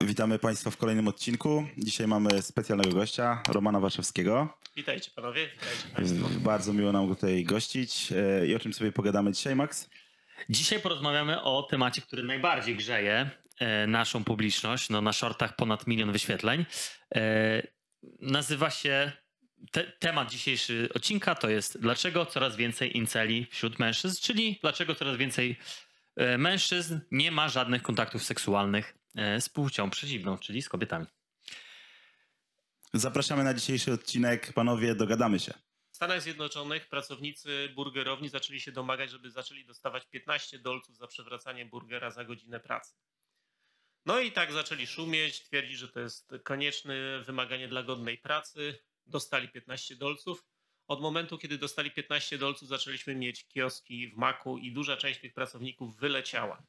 Witamy Państwa w kolejnym odcinku. Dzisiaj mamy specjalnego gościa, Romana Warszawskiego. Witajcie panowie, witajcie Państwo. Bardzo miło nam tutaj gościć. I o czym sobie pogadamy dzisiaj, Max? Dzisiaj porozmawiamy o temacie, który najbardziej grzeje naszą publiczność. No, na shortach ponad 1 000 000 wyświetleń. Nazywa się... Temat dzisiejszy odcinka to jest dlaczego coraz więcej inceli wśród mężczyzn, czyli dlaczego coraz więcej mężczyzn nie ma żadnych kontaktów seksualnych z płcią przeciwną, czyli z kobietami. Zapraszamy na dzisiejszy odcinek. Panowie, dogadamy się. W Stanach Zjednoczonych pracownicy burgerowni zaczęli się domagać, żeby zaczęli dostawać $15 za przewracanie burgera za godzinę pracy. No i tak zaczęli szumieć, twierdzić, że to jest konieczne wymaganie dla godnej pracy. Dostali $15. Od momentu, kiedy dostali $15, zaczęliśmy mieć kioski w Macu i duża część tych pracowników wyleciała.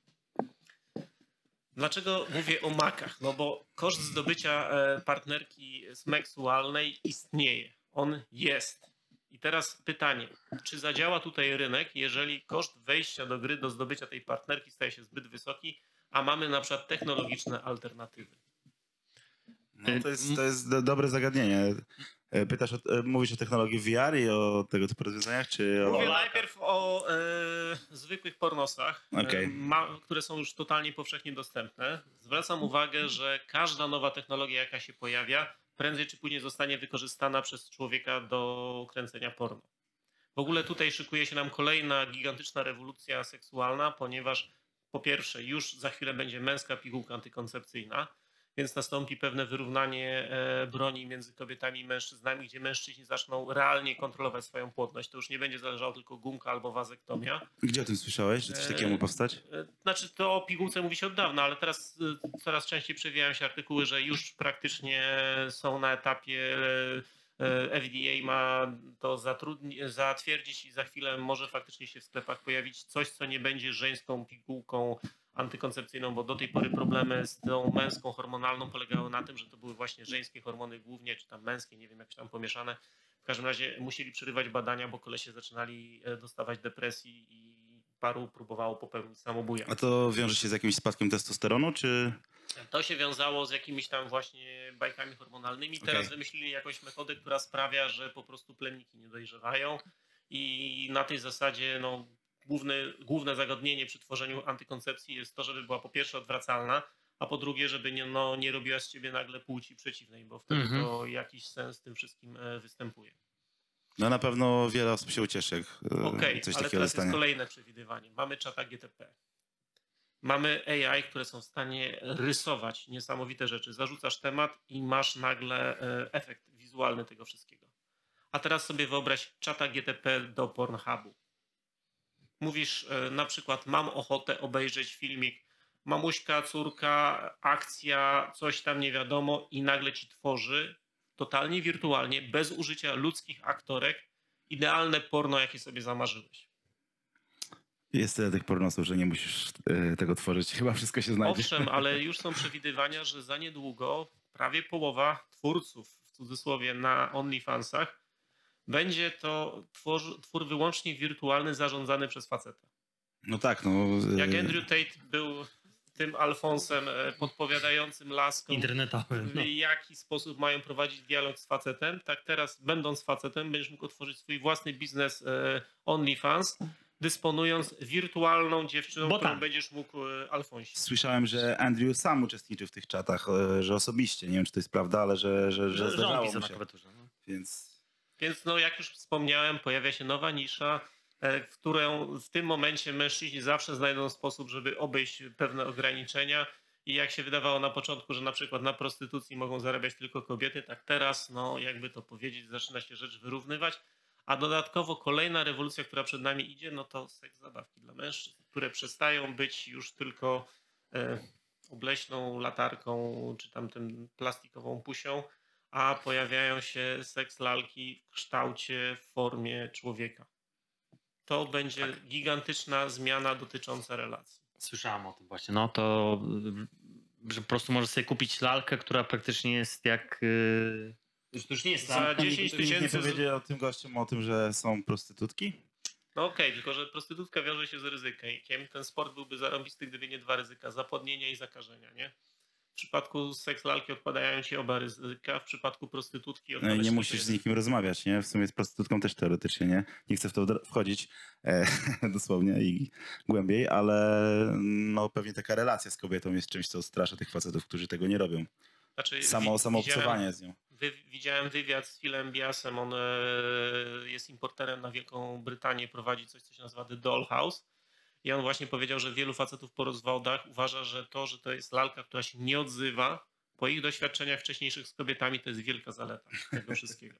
Dlaczego mówię o Macach? No bo koszt zdobycia partnerki seksualnej istnieje. On jest. I teraz pytanie, czy zadziała tutaj rynek, jeżeli koszt wejścia do gry, do zdobycia tej partnerki staje się zbyt wysoki, a mamy na przykład technologiczne alternatywy? No, to jest dobre zagadnienie. Mówisz o technologii VR i o tego typu rozwiązaniach, czy o... Mówię najpierw o zwykłych pornosach, Okay. które są już totalnie powszechnie dostępne. Zwracam uwagę, że każda nowa technologia, jaka się pojawia, prędzej czy później zostanie wykorzystana przez człowieka do kręcenia porno. W ogóle tutaj szykuje się nam kolejna gigantyczna rewolucja seksualna, ponieważ po pierwsze już za chwilę będzie męska pigułka antykoncepcyjna, więc nastąpi pewne wyrównanie broni między kobietami i mężczyznami, gdzie mężczyźni zaczną realnie kontrolować swoją płodność. To już nie będzie zależało tylko gumka albo wazektomia. Gdzie o tym słyszałeś, że coś takiego ma powstać? Znaczy to o pigułce mówi się od dawna, ale teraz coraz częściej przewijają się artykuły, że już praktycznie są na etapie FDA ma to zatwierdzić i za chwilę może faktycznie się w sklepach pojawić coś, co nie będzie żeńską pigułką antykoncepcyjną, bo do tej pory problemy z tą męską hormonalną polegały na tym, że to były właśnie żeńskie hormony głównie, czy tam męskie, nie wiem, jakieś tam pomieszane. W każdym razie musieli przerywać badania, bo kolesie zaczynali dostawać depresji i paru próbowało popełnić samobuja. A to wiąże się z jakimś spadkiem testosteronu, czy... To się wiązało z jakimiś tam właśnie bajkami hormonalnymi. Teraz wymyślili jakąś metodę, która sprawia, że po prostu plemniki nie dojrzewają i na tej zasadzie no, główne zagadnienie przy tworzeniu antykoncepcji jest to, żeby była po pierwsze odwracalna, a po drugie, żeby nie robiła z ciebie nagle płci przeciwnej, bo wtedy to jakiś sens w tym wszystkim występuje. No na pewno wiele osób się ucieszy, jak coś ale takiego teraz zostanie. jest kolejne przewidywanie. Mamy czata GTP. Mamy AI, które są w stanie rysować niesamowite rzeczy. Zarzucasz temat i masz nagle efekt wizualny tego wszystkiego. A teraz sobie wyobraź czata GTP do Pornhubu. Mówisz na przykład, mam ochotę obejrzeć filmik, mamuśka, córka, akcja, coś tam nie wiadomo i nagle ci tworzy totalnie wirtualnie, bez użycia ludzkich aktorek, idealne porno, jakie sobie zamarzyłeś. Jest tyle tych pornosów, że nie musisz tego tworzyć. Chyba wszystko się znajdzie. Owszem, ale już są przewidywania, że za niedługo prawie połowa twórców, w cudzysłowie, na OnlyFansach będzie to twór wyłącznie wirtualny, zarządzany przez faceta. No tak, no... Jak Andrew Tate był tym Alfonsem podpowiadającym laskom, Internetowym. w jaki sposób mają prowadzić dialog z facetem, tak teraz będąc facetem będziesz mógł otworzyć swój własny biznes OnlyFans, dysponując wirtualną dziewczyną, którą będziesz mógł Alfonsie. Słyszałem, że Andrew sam uczestniczył w tych czatach, że osobiście. Nie wiem, czy to jest prawda, ale że zdarzało mu się. Więc no, jak już wspomniałem, pojawia się nowa nisza, w którą w tym momencie mężczyźni zawsze znajdą sposób, żeby obejść pewne ograniczenia. I jak się wydawało na początku, że na przykład na prostytucji mogą zarabiać tylko kobiety, tak teraz, no jakby to powiedzieć, zaczyna się rzecz wyrównywać. A dodatkowo kolejna rewolucja, która przed nami idzie, no to seks zabawki dla mężczyzn, które przestają być już tylko obleśną latarką czy tam tym plastikową pusią, a pojawiają się seks lalki w kształcie, w formie człowieka. To będzie gigantyczna zmiana dotycząca relacji. Słyszałem o tym właśnie. No to, że po prostu możesz sobie kupić lalkę, która praktycznie jest jak... To już nie jest za 10 000 nie powiedział o tym gościom, o tym, że są prostytutki? No okej, tylko że prostytutka wiąże się z ryzykiem. Ten sport byłby zarąbisty, gdyby nie 2 ryzyka. Zapłodnienia i zakażenia, nie? W przypadku seks-lalki odpadają ci oba ryzyka, w przypadku prostytutki No i odpada nie ci musisz tylko z jeden. nikim rozmawiać, nie? W sumie z prostytutką też teoretycznie, nie? Nie chcę w to wchodzić dosłownie i głębiej, ale no pewnie taka relacja z kobietą jest czymś, co strasza tych facetów, którzy tego nie robią. Znaczy, Samo obcowanie z nią. Widziałem wywiad z Philem Biasem, on jest importerem na Wielką Brytanię, prowadzi coś, co się nazywa The Dollhouse i on właśnie powiedział, że wielu facetów po rozwodach uważa, że to jest lalka, która się nie odzywa, po ich doświadczeniach wcześniejszych z kobietami to jest wielka zaleta tego wszystkiego.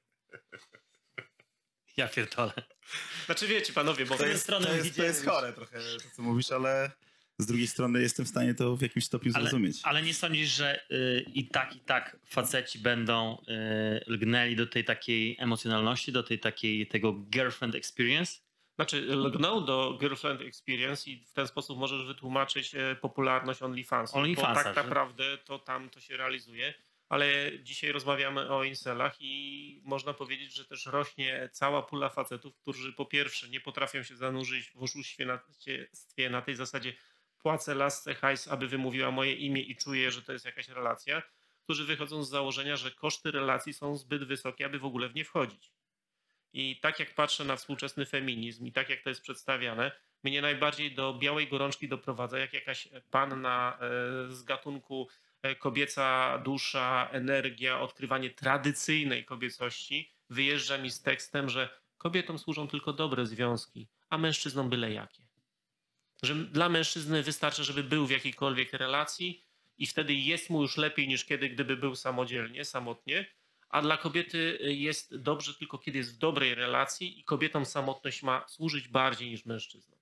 Ja pierdolę. Znaczy wiecie panowie, bo To jest chore trochę to, co mówisz, ale z drugiej strony jestem w stanie to w jakimś stopniu zrozumieć. Ale nie sądzisz, że i tak faceci będą lgnęli do tej takiej emocjonalności, do tej takiej tego girlfriend experience? Znaczy lgnął do Girlfriend Experience i w ten sposób możesz wytłumaczyć popularność OnlyFansów, bo tak naprawdę to tam to się realizuje, ale dzisiaj rozmawiamy o incelach i można powiedzieć, że też rośnie cała pula facetów, którzy po pierwsze nie potrafią się zanurzyć w oszustwie na tej zasadzie płacę lasce hajs, aby wymówiła moje imię i czuję, że to jest jakaś relacja, którzy wychodzą z założenia, że koszty relacji są zbyt wysokie, aby w ogóle w nie wchodzić. I tak jak patrzę na współczesny feminizm i tak jak to jest przedstawiane, mnie najbardziej do białej gorączki doprowadza, jak jakaś panna z gatunku kobieca dusza, energia, odkrywanie tradycyjnej kobiecości wyjeżdża mi z tekstem, że kobietom służą tylko dobre związki, a mężczyznom byle jakie. Że dla mężczyzny wystarczy, żeby był w jakiejkolwiek relacji i wtedy jest mu już lepiej niż gdyby był samodzielnie, samotnie, a dla kobiety jest dobrze tylko kiedy jest w dobrej relacji i kobietom samotność ma służyć bardziej niż mężczyznom.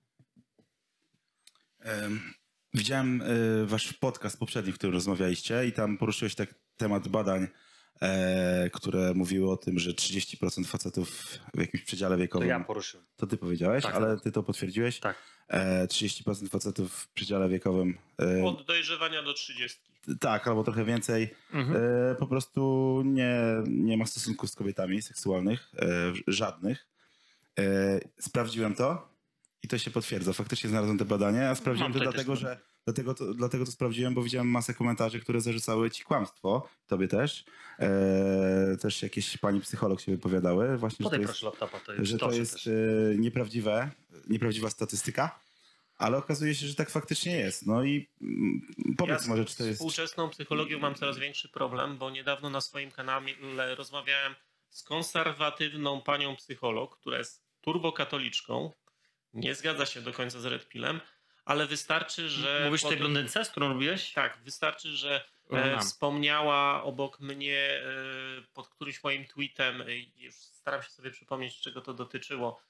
Widziałem wasz podcast poprzedni, w którym rozmawialiście i tam poruszyłeś temat badań, które mówiły o tym, że 30% facetów w jakimś przedziale wiekowym... To ja poruszyłem. To ty powiedziałeś, tak, ale ty to potwierdziłeś? Tak. 30% facetów w przedziale wiekowym... Od dojrzewania do 30. Tak, albo trochę więcej. Po prostu nie ma stosunków z kobietami seksualnych, żadnych. Sprawdziłem to i to się potwierdza. Faktycznie znalazłem te badania, a sprawdziłem to dlatego to sprawdziłem, bo widziałem masę komentarzy, które zarzucały ci kłamstwo, tobie też. Też jakieś pani psycholog się wypowiadały. Właśnie, że to jest nieprawdziwa statystyka. Ale okazuje się, że tak faktycznie jest. No i powiedz może, czy to jest... Z współczesną psychologią mam coraz większy problem, bo niedawno na swoim kanale rozmawiałem z konserwatywną panią psycholog, która jest turbokatoliczką. Nie zgadza się do końca z Red Pillem, ale wystarczy, że... Mówisz tej blondynce, z którą robiłeś? Tak, wystarczy, że wspomniała obok mnie pod którymś moim tweetem, już staram się sobie przypomnieć, czego to dotyczyło.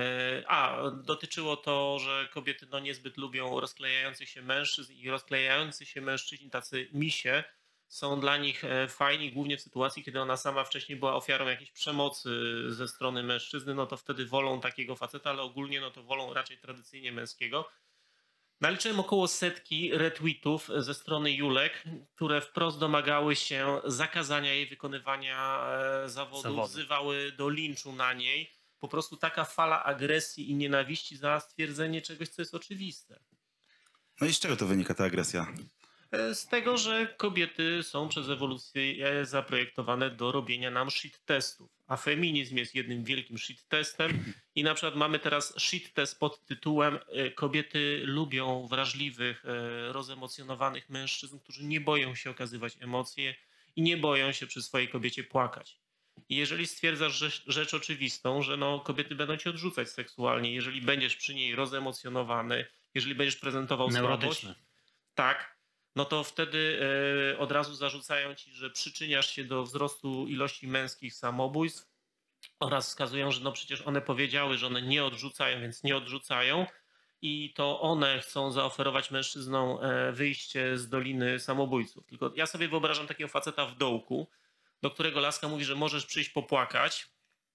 Dotyczyło to, że kobiety niezbyt lubią rozklejających się mężczyzn i rozklejający się mężczyźni, tacy misie, są dla nich fajni, głównie w sytuacji, kiedy ona sama wcześniej była ofiarą jakiejś przemocy ze strony mężczyzny, no to wtedy wolą takiego faceta, ale ogólnie no to wolą raczej tradycyjnie męskiego. Naliczyłem około 100 retweetów ze strony Julek, które wprost domagały się zakazania jej wykonywania zawodu, wzywały do linczu na niej. Po prostu taka fala agresji i nienawiści za stwierdzenie czegoś, co jest oczywiste. No i z czego to wynika ta agresja? Z tego, że kobiety są przez ewolucję zaprojektowane do robienia nam shit testów. A feminizm jest jednym wielkim shit testem. I na przykład mamy teraz shit test pod tytułem kobiety lubią wrażliwych, rozemocjonowanych mężczyzn, którzy nie boją się okazywać emocje i nie boją się przy swojej kobiecie płakać. I jeżeli stwierdzasz rzecz oczywistą, że kobiety będą cię odrzucać seksualnie, jeżeli będziesz przy niej rozemocjonowany, jeżeli będziesz prezentował słabość, tak, no to wtedy od razu zarzucają ci, że przyczyniasz się do wzrostu ilości męskich samobójstw oraz wskazują, że przecież one powiedziały, że one nie odrzucają, więc nie odrzucają i to one chcą zaoferować mężczyznom wyjście z doliny samobójców. Tylko ja sobie wyobrażam takiego faceta w dołku, do którego laska mówi, że możesz przyjść popłakać.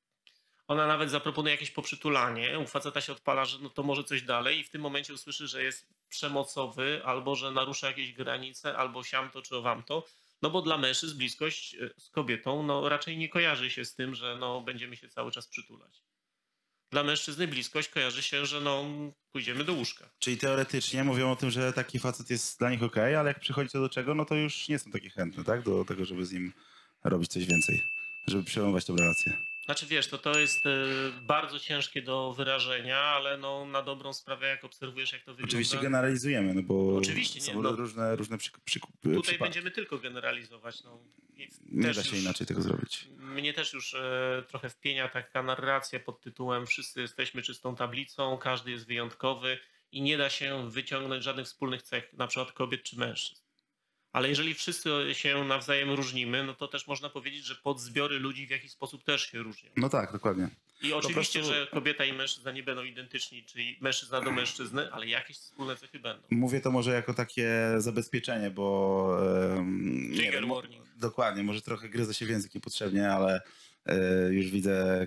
Ona nawet zaproponuje jakieś poprzytulanie. U faceta się odpala, że to może coś dalej i w tym momencie usłyszy, że jest przemocowy albo że narusza jakieś granice, albo siamto czy owamto. No bo dla mężczyzn bliskość z kobietą raczej nie kojarzy się z tym, że będziemy się cały czas przytulać. Dla mężczyzny bliskość kojarzy się, że no pójdziemy do łóżka. Czyli teoretycznie mówią o tym, że taki facet jest dla nich okej, ale jak przychodzi to do czego, no to już nie są takie chętne, tak? Do tego, żeby z nim robić coś więcej, żeby przełamywać tę relację. Znaczy wiesz, to jest bardzo ciężkie do wyrażenia, ale no na dobrą sprawę jak obserwujesz jak to wygląda. Oczywiście generalizujemy, no bo Oczywiście, nie, są no. różne Tutaj przypadki. będziemy tylko generalizować. No. I Nie też da się już- inaczej tego zrobić. Mnie też już trochę wpienia taka narracja pod tytułem wszyscy jesteśmy czystą tablicą, każdy jest wyjątkowy i nie da się wyciągnąć żadnych wspólnych cech, na przykład kobiet czy mężczyzn. Ale jeżeli wszyscy się nawzajem różnimy, no to też można powiedzieć, że podzbiory ludzi w jakiś sposób też się różnią. No tak, dokładnie. I oczywiście, prostu- że kobieta i mężczyzna nie będą identyczni, czyli mężczyzna do mężczyzny, ale jakieś wspólne cechy będą. Mówię to może jako takie zabezpieczenie, bo... nie Trigger wiem, warning. Dokładnie, może trochę gryzę się w język niepotrzebnie, ale już widzę,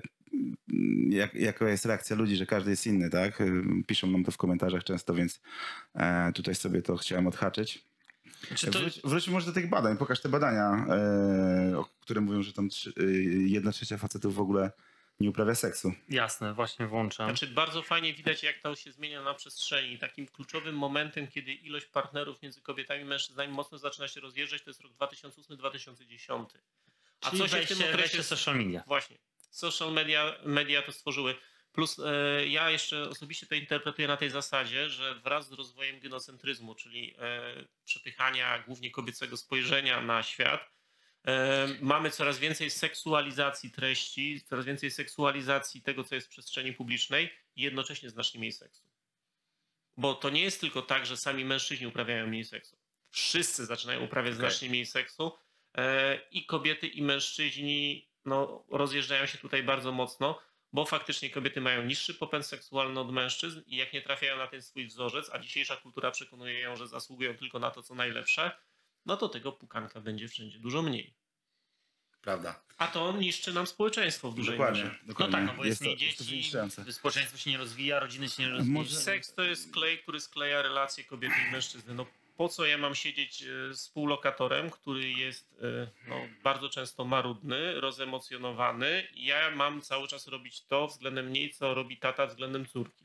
jaka jest reakcja ludzi, że każdy jest inny, tak? Piszą nam to w komentarzach często, więc tutaj sobie to chciałem odhaczyć. Czy to... Wróćmy może do tych badań. Pokaż te badania, które mówią, że tam 1/3 facetów w ogóle nie uprawia seksu. Jasne, właśnie włączam. Znaczy bardzo fajnie widać, jak to się zmienia na przestrzeni. Takim kluczowym momentem, kiedy ilość partnerów między kobietami i mężczyznami mocno zaczyna się rozjeżdżać, to jest rok 2008-2010. A Czyli co się w tym okresie... wejście social media. Właśnie. Social media to stworzyły. Plus ja jeszcze osobiście to interpretuję na tej zasadzie, że wraz z rozwojem gynocentryzmu, czyli przepychania głównie kobiecego spojrzenia na świat, mamy coraz więcej seksualizacji treści, coraz więcej seksualizacji tego, co jest w przestrzeni publicznej i jednocześnie znacznie mniej seksu. Bo to nie jest tylko tak, że sami mężczyźni uprawiają mniej seksu. Wszyscy zaczynają uprawiać znacznie mniej seksu i kobiety i mężczyźni no, rozjeżdżają się tutaj bardzo mocno, bo faktycznie kobiety mają niższy popęd seksualny od mężczyzn i jak nie trafiają na ten swój wzorzec, a dzisiejsza kultura przekonuje ją, że zasługują tylko na to, co najlepsze, no to tego pukanka będzie wszędzie dużo mniej. Prawda. A to niszczy nam społeczeństwo w dużej Dokładnie. mierze. No tak, no bo jest mniej to dzieci, wyniszczające. społeczeństwo się nie rozwija, rodziny się nie rozwijają. Seks to jest klej, który skleja relacje kobiety i mężczyzny. No po co ja mam siedzieć z współlokatorem, który jest no, bardzo często marudny, rozemocjonowany i ja mam cały czas robić to względem niej, co robi tata względem córki.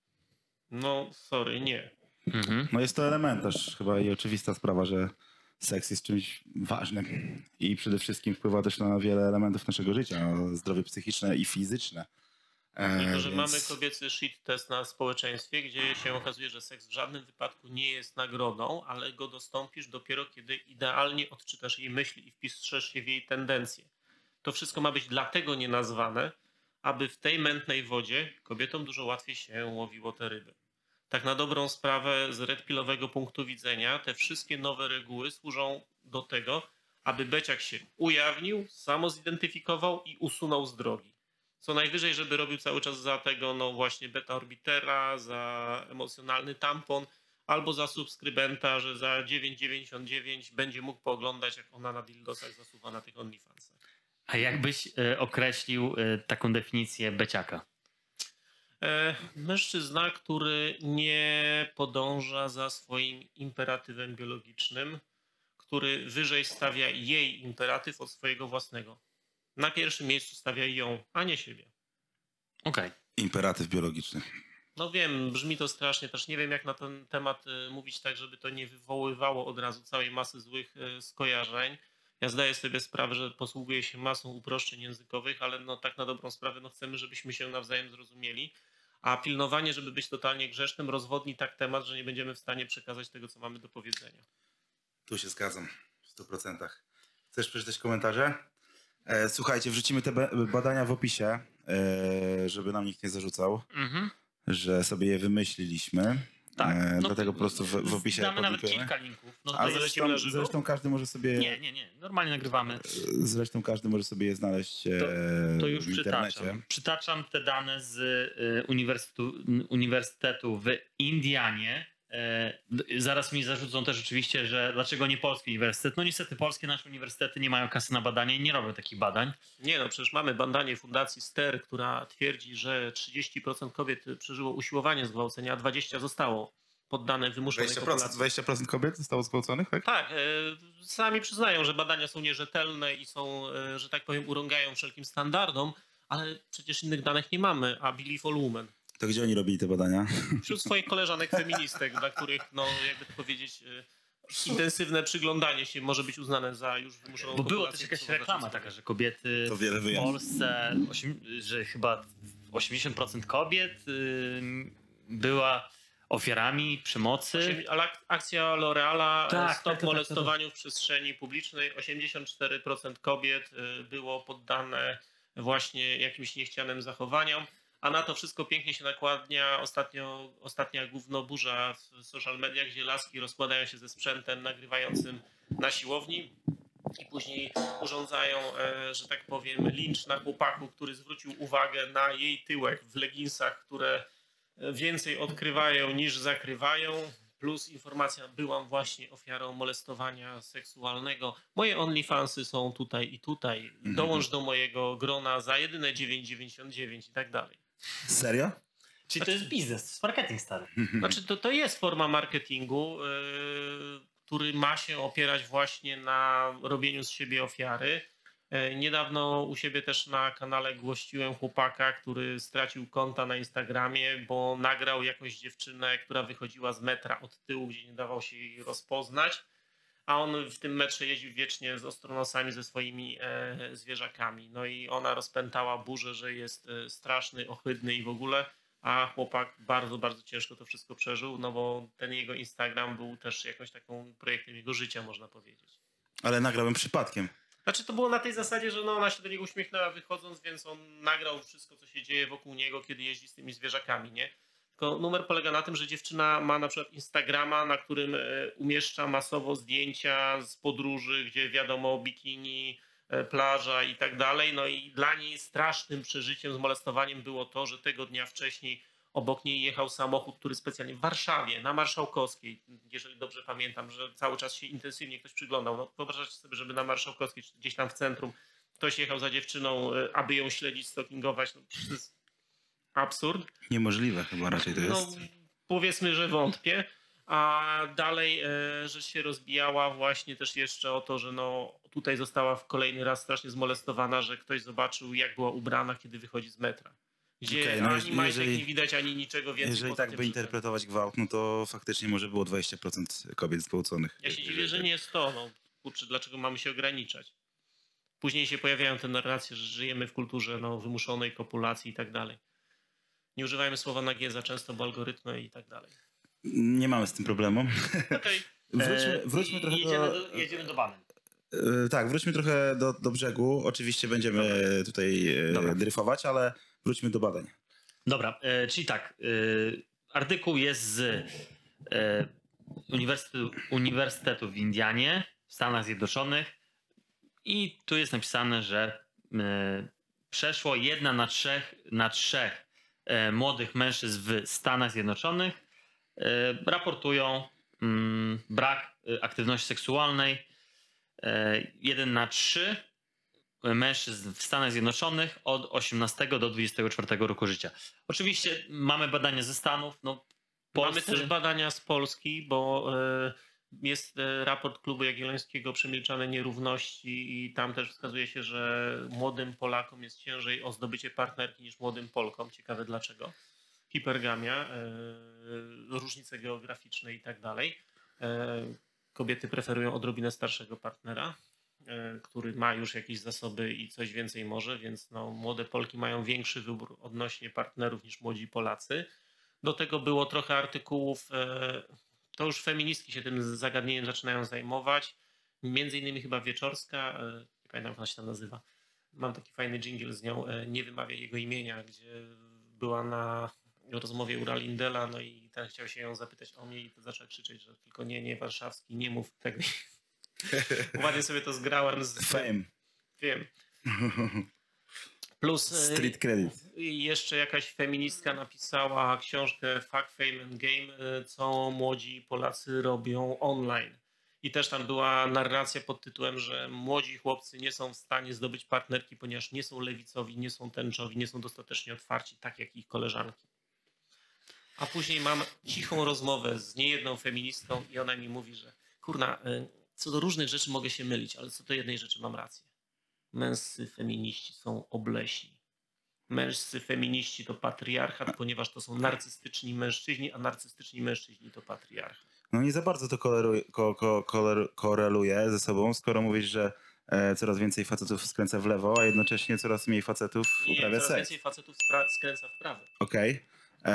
No sorry, nie. Mhm. No jest to elementarz chyba i oczywista sprawa, że seks jest czymś ważnym i przede wszystkim wpływa też na wiele elementów naszego życia, na zdrowie psychiczne i fizyczne. Tylko, że Więc- mamy kobiecy shit test na społeczeństwie, gdzie się okazuje, że seks w żadnym wypadku nie jest nagrodą, ale go dostąpisz dopiero, kiedy idealnie odczytasz jej myśli i wpiszesz się w jej tendencje. To wszystko ma być dlatego nienazwane, aby w tej mętnej wodzie kobietom dużo łatwiej się łowiło te ryby. Tak na dobrą sprawę z redpillowego punktu widzenia te wszystkie nowe reguły służą do tego, aby beciak się ujawnił, samozidentyfikował i usunął z drogi. Co najwyżej, żeby robił cały czas za tego, no właśnie beta orbitera, za emocjonalny tampon, albo za subskrybenta, że za 9,99 będzie mógł pooglądać, jak ona na dildosach zasuwa na tych OnlyFansach. A jakbyś określił taką definicję beciaka? Mężczyzna, który nie podąża za swoim imperatywem biologicznym, który wyżej stawia jej imperatyw od swojego własnego. Na pierwszym miejscu stawia ją, a nie siebie. Okej. Imperatyw biologiczny. No wiem, brzmi to strasznie, też nie wiem jak na ten temat mówić tak, żeby to nie wywoływało od razu całej masy złych skojarzeń. Ja zdaję sobie sprawę, że posługuję się masą uproszczeń językowych, ale no tak na dobrą sprawę no chcemy, żebyśmy się nawzajem zrozumieli. A pilnowanie, żeby być totalnie grzesznym, rozwodni tak temat, że nie będziemy w stanie przekazać tego, co mamy do powiedzenia. Tu się zgadzam w 100%. Chcesz przeczytać komentarze? Słuchajcie, wrzucimy te badania w opisie, żeby nam nikt nie zarzucał, Mhm. że sobie je wymyśliliśmy. Tak. No, Dlatego po prostu w opisie damy nawet publikujemy. kilka linków. No A to jest... zresztą każdy może sobie... Nie. Normalnie nagrywamy. Zresztą każdy może sobie je znaleźć To już w internecie. przytaczam. Przytaczam te dane z uniwersytetu w Indianie. Zaraz mi zarzucą też oczywiście, że dlaczego nie polski uniwersytet. No niestety polskie nasze uniwersytety nie mają kasy na badania i nie robią takich badań. Nie no, przecież mamy badanie Fundacji STER, która twierdzi, że 30% kobiet przeżyło usiłowanie zgwałcenia, a 20% zostało poddane wymuszonej kopulacji. 20% kobiet zostało zgwałconych, tak? Tak, sami przyznają, że badania są nierzetelne i są, że tak powiem, urągają wszelkim standardom, ale przecież innych danych nie mamy, a Believe All Women. To gdzie oni robili te badania? Wśród swoich koleżanek feministek, dla których, no jakby to powiedzieć, intensywne przyglądanie się może być uznane za już wymuszoną Bo było kopulację, też jakaś co uważacie reklama sobie? taka, że kobiety To wiele w wyjątków. Polsce, że chyba 80% kobiet była ofiarami przemocy. Ale akcja L'Oreala, Tak, stop tak, tak, molestowaniu w przestrzeni publicznej, 84% kobiet było poddane właśnie jakimś niechcianym zachowaniom, a na to wszystko pięknie się nakładnia ostatnia gównoburza w social mediach, gdzie laski rozkładają się ze sprzętem nagrywającym na siłowni i później urządzają, że tak powiem, lincz na chłopaku, który zwrócił uwagę na jej tyłek w leginsach, które więcej odkrywają niż zakrywają, plus informacja, byłam właśnie ofiarą molestowania seksualnego. Moje OnlyFansy są tutaj i tutaj. Dołącz do mojego grona za jedyne 9,99 i tak dalej. Serio? Czyli to jest biznes, to jest marketing stary. Znaczy to jest forma marketingu, który ma się opierać właśnie na robieniu z siebie ofiary. Niedawno u siebie też na kanale gościłem chłopaka, który stracił konta na Instagramie, bo nagrał jakąś dziewczynę, która wychodziła z metra od tyłu, gdzie nie dawał się jej rozpoznać, a on w tym metrze jeździł wiecznie z ostronosami ze swoimi zwierzakami. No i ona rozpętała burzę, że jest straszny, ohydny i w ogóle, a chłopak bardzo, bardzo ciężko to wszystko przeżył, no bo ten jego Instagram był też jakąś taką projektem jego życia, można powiedzieć. Ale nagrałem przypadkiem. Znaczy to było na tej zasadzie, że no ona się do niego uśmiechnęła wychodząc, więc on nagrał wszystko, co się dzieje wokół niego, kiedy jeździ z tymi zwierzakami, nie? Tylko numer polega na tym, że dziewczyna ma na przykład Instagrama, na którym umieszcza masowo zdjęcia z podróży, gdzie wiadomo bikini, plaża i tak dalej. No i dla niej strasznym przeżyciem z molestowaniem było to, że tego dnia wcześniej obok niej jechał samochód, który specjalnie w Warszawie, na Marszałkowskiej, jeżeli dobrze pamiętam, że cały czas się intensywnie ktoś przyglądał. No, wyobrażacie sobie, żeby na Marszałkowskiej, czy gdzieś tam w centrum, ktoś jechał za dziewczyną, aby ją śledzić, stalkingować. No, to jest absurd. Niemożliwe chyba raczej to No, jest. powiedzmy, że wątpię. A dalej rzecz się rozbijała właśnie też jeszcze o to, że no, tutaj została w kolejny raz strasznie zmolestowana, że ktoś zobaczył, jak była ubrana, kiedy wychodzi z metra. Gdzie Okej, no ani majtek jeżeli- nie widać, ani niczego więcej. Jeżeli poza tak tym, by że interpretować gwałt, no to faktycznie może było 20% kobiet zgwałconych. Ja się dziwię, że nie jest to. No, kurczę, dlaczego mamy się ograniczać? Później się pojawiają te narracje, że żyjemy w kulturze no, wymuszonej kopulacji i tak dalej. Nie używajmy słowa na G za często, bo algorytmy i tak dalej. Nie mamy z tym problemu. Okej. Wróćmy trochę jedziemy do badań. Tak, wróćmy trochę do brzegu. Oczywiście będziemy tutaj Dobra. dryfować, ale wróćmy do badań. Dobra, czyli tak, artykuł jest z Uniwersytetu w Indianie w Stanach Zjednoczonych i tu jest napisane, że przeszło 1 na 3 młodych mężczyzn w Stanach Zjednoczonych raportują brak aktywności seksualnej. 1 na 3 mężczyzn w Stanach Zjednoczonych od 18 do 24 roku życia. Oczywiście mamy badania ze Stanów. No, Mamy też badania z Polski, bo jest raport Klubu Jagiellońskiego Przemilczane nierówności i tam też wskazuje się, że młodym Polakom jest ciężej o zdobycie partnerki niż młodym Polkom. Ciekawe dlaczego. Hipergamia, różnice geograficzne i tak dalej. Kobiety preferują odrobinę starszego partnera, który ma już jakieś zasoby i coś więcej może, więc no, młode Polki mają większy wybór odnośnie partnerów niż młodzi Polacy. Do tego było trochę artykułów, to już feministki się tym zagadnieniem zaczynają zajmować. Między innymi chyba Wieczorska, nie pamiętam jak ona się tam nazywa. Mam taki fajny dżingiel z nią, nie wymawiam jego imienia, gdzie była na rozmowie u Ralindela, no i ten chciał się ją zapytać o mnie i to zaczęła krzyczeć, że tylko nie warszawski, nie mów tego. Ładnie sobie to zgrałem z... Fame. Wiem. Plus Street credit. jeszcze jakaś feministka napisała książkę Fuck, Fame and Game, co młodzi Polacy robią online. I też tam była narracja pod tytułem, że młodzi chłopcy nie są w stanie zdobyć partnerki, ponieważ nie są lewicowi, nie są tęczowi, nie są dostatecznie otwarci, tak jak ich koleżanki. A później mam cichą rozmowę z niejedną feministką i ona mi mówi, że kurna, co do różnych rzeczy mogę się mylić, ale co do jednej rzeczy mam rację. Męscy feminiści są obleśni. męscy feminiści to patriarchat, ponieważ to są narcystyczni mężczyźni, a narcystyczni mężczyźni to patriarchat. No nie za bardzo to koreluje ze sobą, skoro mówisz, że coraz więcej facetów skręca w lewo, a jednocześnie coraz mniej facetów uprawia coraz seks. więcej facetów skręca w prawo. Okej.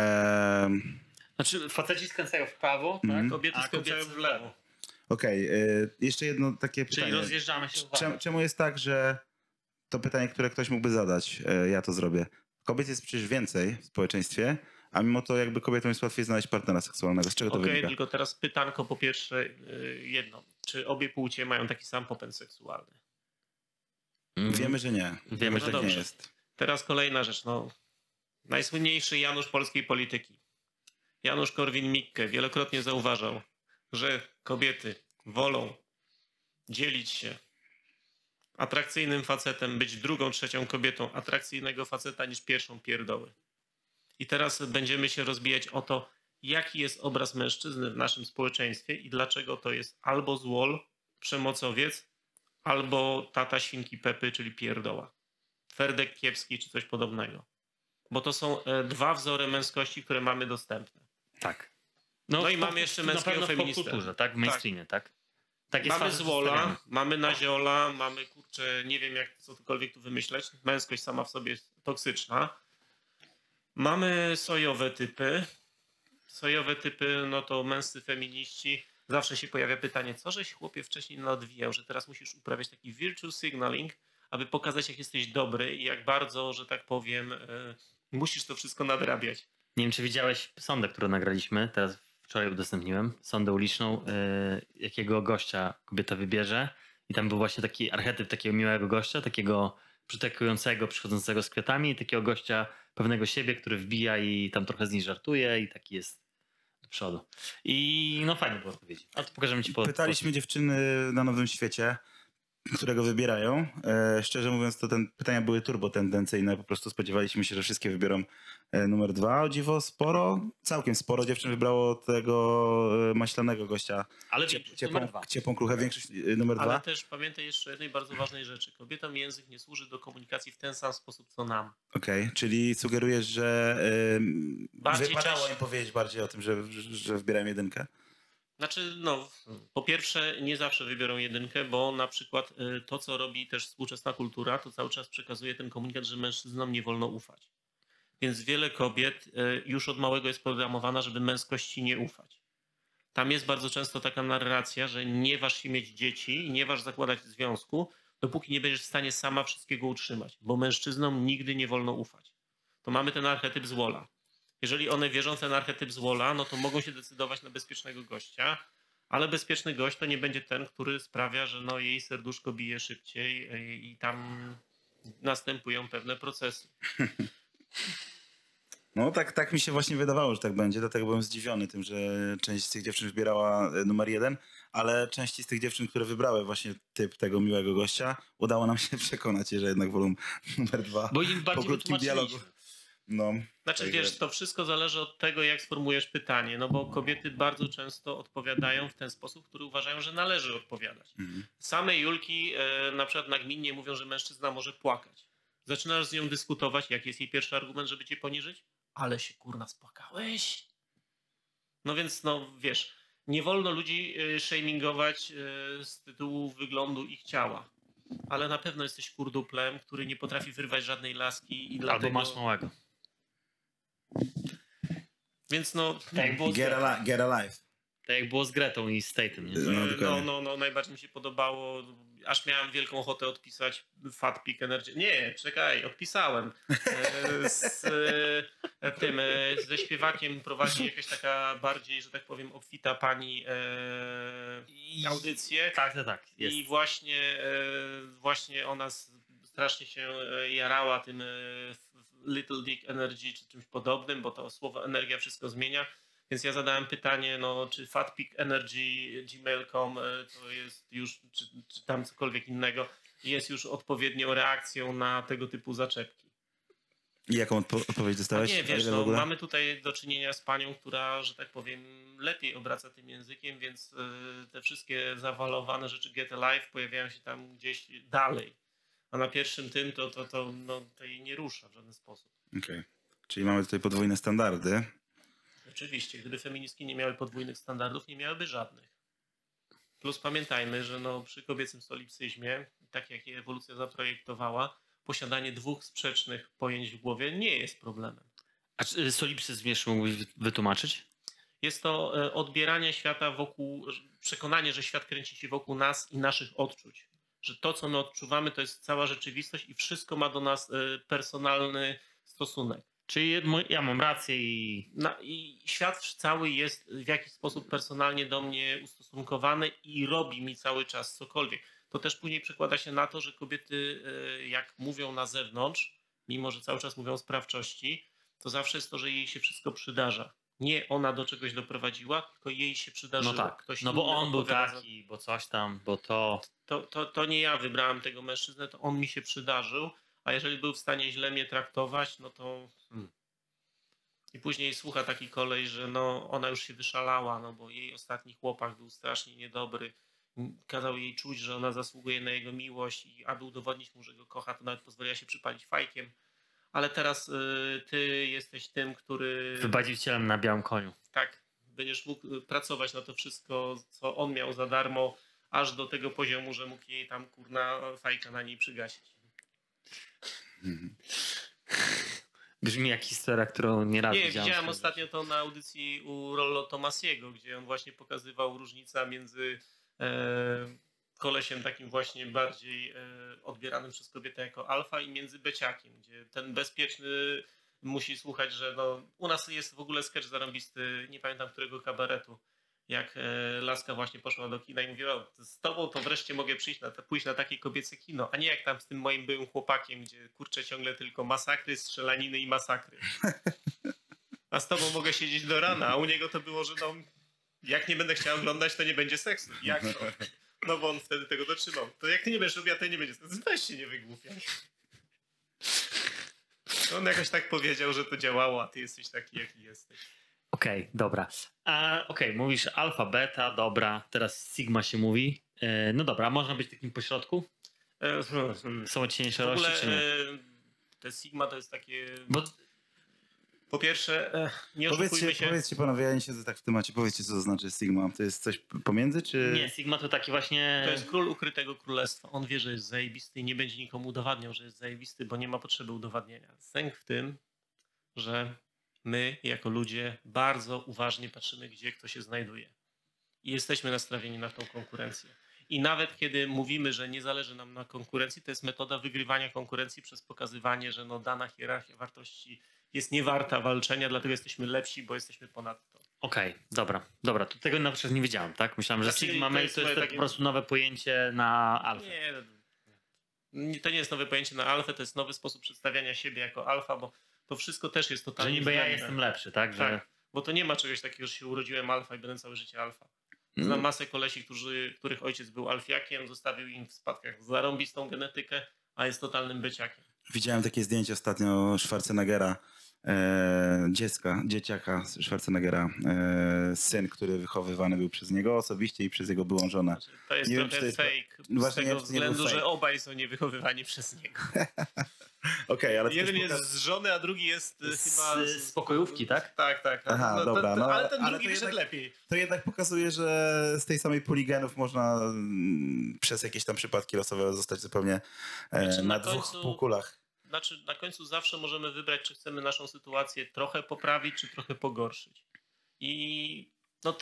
Znaczy faceci skręcają w prawo, tak? Kobiety skręcają w lewo. Okej, jeszcze jedno takie Czyli pytanie. rozjeżdżamy się w Czemu jest tak, że to pytanie, które ktoś mógłby zadać, ja to zrobię. Kobiet jest przecież więcej w społeczeństwie, a mimo to jakby kobietom jest łatwiej znaleźć partnera seksualnego. Z czego to wynika? Tylko teraz pytanko po pierwsze jedno. Czy obie płcie mają taki sam popęd seksualny? Wiemy, że nie. Wiemy, że tak nie dobrze. jest. Teraz kolejna rzecz. Najsłynniejszy Janusz polskiej polityki. Janusz Korwin-Mikke wielokrotnie zauważał, że kobiety wolą dzielić się atrakcyjnym facetem, być drugą, trzecią kobietą atrakcyjnego faceta niż pierwszą pierdoły. I teraz będziemy się rozbijać o to, jaki jest obraz mężczyzny w naszym społeczeństwie i dlaczego to jest albo złol, przemocowiec, albo tata świnki Pepy, czyli pierdoła. Ferdek kiepski czy coś podobnego. Bo to są dwa wzory męskości, które mamy dostępne. Tak. No i mamy jeszcze męskiego feministę. W kulturze, tak? W mainstreamie, tak? Tak jest Mamy facet złola, przedstawiany. mamy naziola, mamy kurczę, nie wiem jak cokolwiek tu wymyśleć. Męskość sama w sobie jest toksyczna. Mamy sojowe typy. Sojowe typy, no to męscy feminiści. Zawsze się pojawia pytanie, co żeś chłopie wcześniej nadwijał, że teraz musisz uprawiać taki virtue signaling, aby pokazać jak jesteś dobry i jak bardzo, że tak powiem, musisz to wszystko nadrabiać. Nie wiem, czy widziałeś sondę, którą nagraliśmy, teraz wczoraj udostępniłem, sondę uliczną, jakiego gościa kobieta wybierze i tam był właśnie taki archetyp takiego miłego gościa, takiego przytakującego, przychodzącego z kwiatami i takiego gościa pewnego siebie, który wbija i tam trochę z niej żartuje i taki jest do przodu. I no fajnie było odpowiedzi. A to pokażemy ci po... Pytaliśmy dziewczyny na Nowym Świecie, którego wybierają. Szczerze mówiąc, to pytania były turbotendencyjne. Po prostu spodziewaliśmy się, że wszystkie wybiorą numer 2. O dziwo całkiem sporo dziewczyn wybrało tego maślanego gościa. Ale numer 2. Ciepłą kruchę, większość numer 2. Ale też pamiętaj jeszcze jednej bardzo ważnej rzeczy. Kobietom język nie służy do komunikacji w ten sam sposób, co nam. Okej, czyli sugerujesz, że Bardziej wypadało część- im powiedzieć bardziej o tym, że wybierają jedynkę? Znaczy, po pierwsze nie zawsze wybiorą jedynkę, bo na przykład to, co robi też współczesna kultura, to cały czas przekazuje ten komunikat, że mężczyznom nie wolno ufać. Więc wiele kobiet już od małego jest programowana, żeby męskości nie ufać. Tam jest bardzo często taka narracja, że nie waż się mieć dzieci i nie waż zakładać związku, dopóki nie będziesz w stanie sama wszystkiego utrzymać, bo mężczyznom nigdy nie wolno ufać. To mamy ten archetyp złola. Jeżeli one wierzą w ten archetyp złola, no to mogą się decydować na bezpiecznego gościa, ale bezpieczny gość to nie będzie ten, który sprawia, że jej serduszko bije szybciej i tam następują pewne procesy. No tak mi się właśnie wydawało, że tak będzie, dlatego byłem zdziwiony tym, że część z tych dziewczyn wybierała numer 1, ale części z tych dziewczyn, które wybrały właśnie typ tego miłego gościa, udało nam się przekonać, że jednak wolą numer 2 Bo im po bardziej krótkim dialogu. wytłumaczyliśmy. No, Znaczy także- wiesz, to wszystko zależy od tego, jak sformułujesz pytanie, bo kobiety bardzo często odpowiadają w ten sposób, który uważają, że należy odpowiadać. Same Julki na przykład nagminnie mówią, że mężczyzna może płakać. Zaczynasz z nią dyskutować, jaki jest jej pierwszy argument, żeby cię poniżyć? Ale się kurna spłakałeś. No więc wiesz, nie wolno ludzi shamingować z tytułu wyglądu ich ciała. Ale na pewno jesteś kurduplem, który nie potrafi wyrwać żadnej laski i dlatego... Albo masz małego. Więc Tak jak było z Get, Gretą. get alive. Tak jak było z Gretą i z Tatum, nie? No, dokładnie. najbardziej mi się podobało, aż miałem wielką ochotę odpisać Fat Peak Energy. Nie, czekaj, odpisałem. Ze śpiewakiem prowadzi jakaś taka bardziej, że tak powiem, obfita pani audycję. Tak, jest. I właśnie ona strasznie się jarała tym Little Dick Energy czy czymś podobnym, bo to słowo energia wszystko zmienia. Więc ja zadałem pytanie, czy Fat Peak Energy, gmail.com to jest już, czy tam cokolwiek innego, jest już odpowiednią reakcją na tego typu zaczepki. I jaką odpowiedź dostałeś? Nie, A wiesz, ile w ogóle? mamy tutaj do czynienia z panią, która, że tak powiem, lepiej obraca tym językiem, więc te wszystkie zawalowane rzeczy Get Alive pojawiają się tam gdzieś dalej. a na pierwszym tym to jej nie rusza w żaden sposób. Okej. Czyli mamy tutaj podwójne standardy. Oczywiście, gdyby feministki nie miały podwójnych standardów, nie miałyby żadnych. Plus pamiętajmy, że przy kobiecym solipsyzmie, tak jak je ewolucja zaprojektowała, posiadanie dwóch sprzecznych pojęć w głowie nie jest problemem. A czy solipsyzm jeszcze mógłbyś wytłumaczyć? Jest to odbieranie świata wokół, przekonanie, że świat kręci się wokół nas i naszych odczuć. Że to, co my odczuwamy, to jest cała rzeczywistość i wszystko ma do nas personalny stosunek. Czyli ja mam rację I świat cały jest w jakiś sposób personalnie do mnie ustosunkowany i robi mi cały czas cokolwiek. To też później przekłada się na to, że kobiety jak mówią na zewnątrz, mimo że cały czas mówią o sprawczości, to zawsze jest to, że jej się wszystko przydarza. Nie ona do czegoś doprowadziła, tylko jej się przydarzyło. No tak, Ktoś no bo inny on był odpowiada taki, bo coś tam, bo to... To nie ja wybrałem tego mężczyznę, to on mi się przydarzył, a jeżeli był w stanie źle mnie traktować, no to... I później słucha taki kolej, że ona już się wyszalała, bo jej ostatni chłopak był strasznie niedobry. Kazał jej czuć, że ona zasługuje na jego miłość i aby udowodnić mu, że go kocha, to nawet pozwoliła się przypalić fajkiem. Ale teraz ty jesteś tym, który... Wybadzicielem na białym koniu. Tak, będziesz mógł pracować na to wszystko, co on miał za darmo, aż do tego poziomu, że mógł jej tam fajka na niej przygasić. Brzmi jak historia, którą nieraz widziałem ostatnio to na audycji u Rollo Tomasiego, gdzie on właśnie pokazywał różnicę między kolesiem takim właśnie bardziej odbieranym przez kobietę jako alfa i między beciakiem, gdzie ten bezpieczny musi słuchać, że u nas jest w ogóle sketch zarąbisty, nie pamiętam którego kabaretu, jak laska właśnie poszła do kina i mówiła, z tobą to wreszcie mogę pójść na takie kobiece kino, a nie jak tam z tym moim byłym chłopakiem, gdzie kurczę ciągle tylko masakry, strzelaniny i masakry. A z tobą mogę siedzieć do rana, a u niego to było, że jak nie będę chciał oglądać, to nie będzie seksu. Jak to? No bo on wtedy tego dotrzymał. To jak ty nie będziesz robiła, to nie będzie seksu. Weź się nie wygłupiaj. On jakoś tak powiedział, że to działało, a ty jesteś taki, jaki jesteś. Okej, dobra. Mówisz alfa, beta, dobra, teraz sigma się mówi. No dobra, a można być takim pośrodku? Są cieniejsze rości, czy nie? Te sigma to jest takie... Bo... Po pierwsze, nie oszukujmy się... Powiedzcie panowie, ja nie siedzę tak w temacie, powiedzcie co to znaczy sigma. To jest coś pomiędzy, czy... Nie, sigma to taki właśnie... To jest król ukrytego królestwa. On wie, że jest zajebisty i nie będzie nikomu udowadniał, że jest zajebisty, bo nie ma potrzeby udowadnienia. Sęk w tym, że my jako ludzie bardzo uważnie patrzymy, gdzie kto się znajduje. I jesteśmy nastawieni na tą konkurencję. I nawet kiedy mówimy, że nie zależy nam na konkurencji, to jest metoda wygrywania konkurencji przez pokazywanie, że dana hierarchia wartości jest niewarta walczenia, dlatego jesteśmy lepsi, bo jesteśmy ponad to. Okej, dobra. To tego na przykład nie wiedziałem, tak? Myślałem, że sigma male to jest takie... po prostu nowe pojęcie na alfę. Nie, to nie jest nowe pojęcie na alfę, to jest nowy sposób przedstawiania siebie jako alfa, bo to wszystko też jest totalnie... Że niby ja jestem lepszy, tak? Tak, bo to nie ma czegoś takiego, że się urodziłem alfa i będę całe życie alfa. Znam masę kolesi, których ojciec był alfiakiem, zostawił im w spadkach zarąbistą genetykę, a jest totalnym byciakiem. Widziałem takie zdjęcie ostatnio Schwarzeneggera, dzieciaka Schwarzeneggera, syn, który wychowywany był przez niego osobiście i przez jego byłą żonę. To jest trochę fake, z tego względu, że obaj są niewychowywani przez niego. Ale jeden jest z żony, a drugi jest chyba z pokojówki, tak? Tak. Aha, dobra. Ale ten drugi wyszedł lepiej. To jednak pokazuje, że z tej samej poligenów można przez jakieś tam przypadki losowe zostać zupełnie na dwóch półkulach. Znaczy na końcu zawsze możemy wybrać, czy chcemy naszą sytuację trochę poprawić, czy trochę pogorszyć. I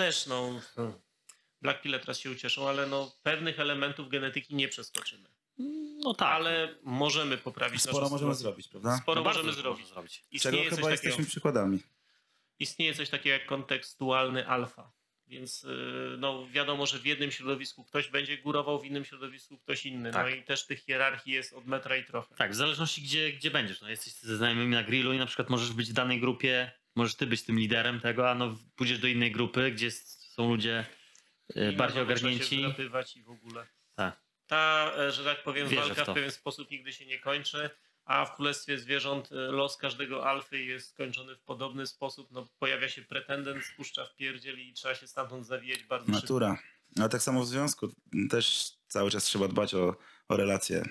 Black Pille teraz się ucieszą, ale pewnych elementów genetyki nie przeskoczymy. No tak. Ale możemy poprawić naszą sytuację. Możemy zrobić, prawda? Sporo możemy zrobić. Czego chyba jesteśmy przykładami. Istnieje coś takiego jak kontekstualny alfa. Więc wiadomo, że w jednym środowisku ktoś będzie górował, w innym środowisku ktoś inny. Tak. I też tych hierarchii jest od metra i trochę. Tak, w zależności gdzie będziesz. Jesteś ze znajomymi na grillu i na przykład możesz być w danej grupie, możesz ty być tym liderem tego, a pójdziesz do innej grupy, gdzie są ludzie bardziej ogarnięci. Trzeba się wdrapywać i w ogóle. Tak. Ta, że tak powiem, walka w pewien sposób nigdy się nie kończy. A w Królestwie Zwierząt los każdego alfy jest skończony w podobny sposób. Pojawia się pretendent, spuszcza w pierdziel i trzeba się stamtąd zawijać bardzo Natura. szybko. Ale tak samo w związku też cały czas trzeba dbać o relacje.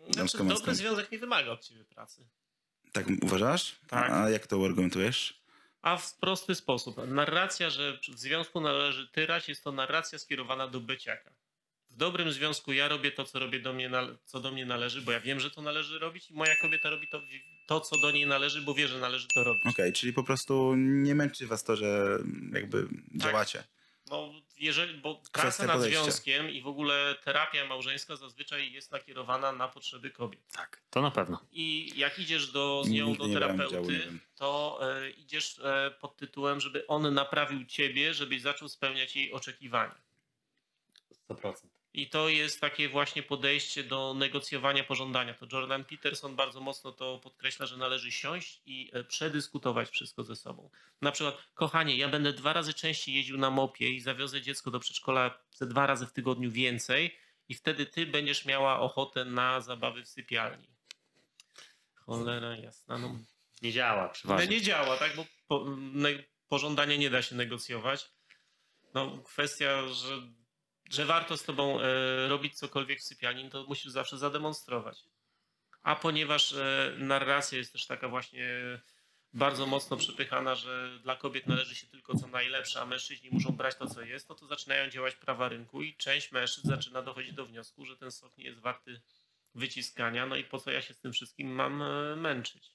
Znaczy, damsko-męską. dobry związek nie wymaga od ciebie pracy. Tak uważasz? Tak. A jak to argumentujesz? A w prosty sposób. Narracja, że w związku należy tyrać, jest to narracja skierowana do byciaka. W dobrym związku ja robię to, co robię co do mnie należy, bo ja wiem, że to należy robić i moja kobieta robi to, co do niej należy, bo wie, że należy to robić. Okej, czyli po prostu nie męczy was to, że jakby działacie. No, bo Kwestia praca nad podejścia. związkiem i w ogóle terapia małżeńska zazwyczaj jest nakierowana na potrzeby kobiet. Tak, to na pewno. I jak idziesz z nią Nigdy do nie brałem terapeuty, udziału, nie wiem. to idziesz pod tytułem, żeby on naprawił ciebie, żebyś zaczął spełniać jej oczekiwania. 100%. I to jest takie właśnie podejście do negocjowania pożądania. To Jordan Peterson bardzo mocno to podkreśla, że należy siąść i przedyskutować wszystko ze sobą. Na przykład, kochanie, ja będę 2 razy częściej jeździł na mopie i zawiozę dziecko do przedszkola ze 2 razy w tygodniu więcej i wtedy ty będziesz miała ochotę na zabawy w sypialni. Cholera jasna. No. Nie działa przeważnie. Nie działa, tak? Bo pożądania nie da się negocjować. No, kwestia, że warto z tobą robić cokolwiek w sypialni, to musisz zawsze zademonstrować. A ponieważ narracja jest też taka właśnie bardzo mocno przepychana, że dla kobiet należy się tylko co najlepsze, a mężczyźni muszą brać to, co jest, to zaczynają działać prawa rynku i część mężczyzn zaczyna dochodzić do wniosku, że ten sok nie jest warty wyciskania, no i po co ja się z tym wszystkim mam męczyć.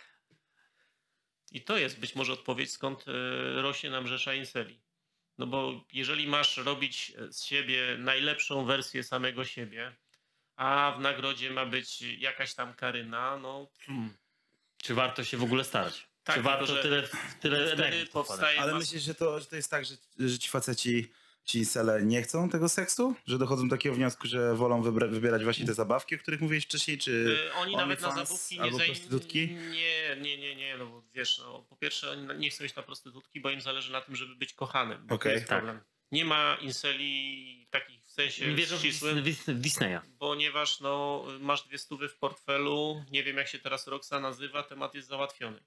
I to jest być może odpowiedź, skąd rośnie nam rzesza inceli. No bo jeżeli masz robić z siebie najlepszą wersję samego siebie, a w nagrodzie ma być jakaś tam Karyna, no... Czy warto się w ogóle starać? Tak, Czy warto tylko, tyle wtedy energii powstaje... Ale myślisz, że to jest tak, że ci faceci, ci incele nie chcą tego seksu? Że dochodzą do takiego wniosku, że wolą wybierać właśnie te zabawki, o których mówiłeś wcześniej, czy Oni nawet na OnlyFans zabawki albo prostytutki? Nie, no bo wiesz, no, po pierwsze oni nie chcą iść na prostytutki, bo im zależy na tym, żeby być kochanym. Okej, To jest problem. Nie ma inceli takich w sensie Nie wierzą ścisłym, w Disneya. ponieważ no, masz 200 w portfelu, nie wiem jak się teraz Roxa nazywa, temat jest załatwiony.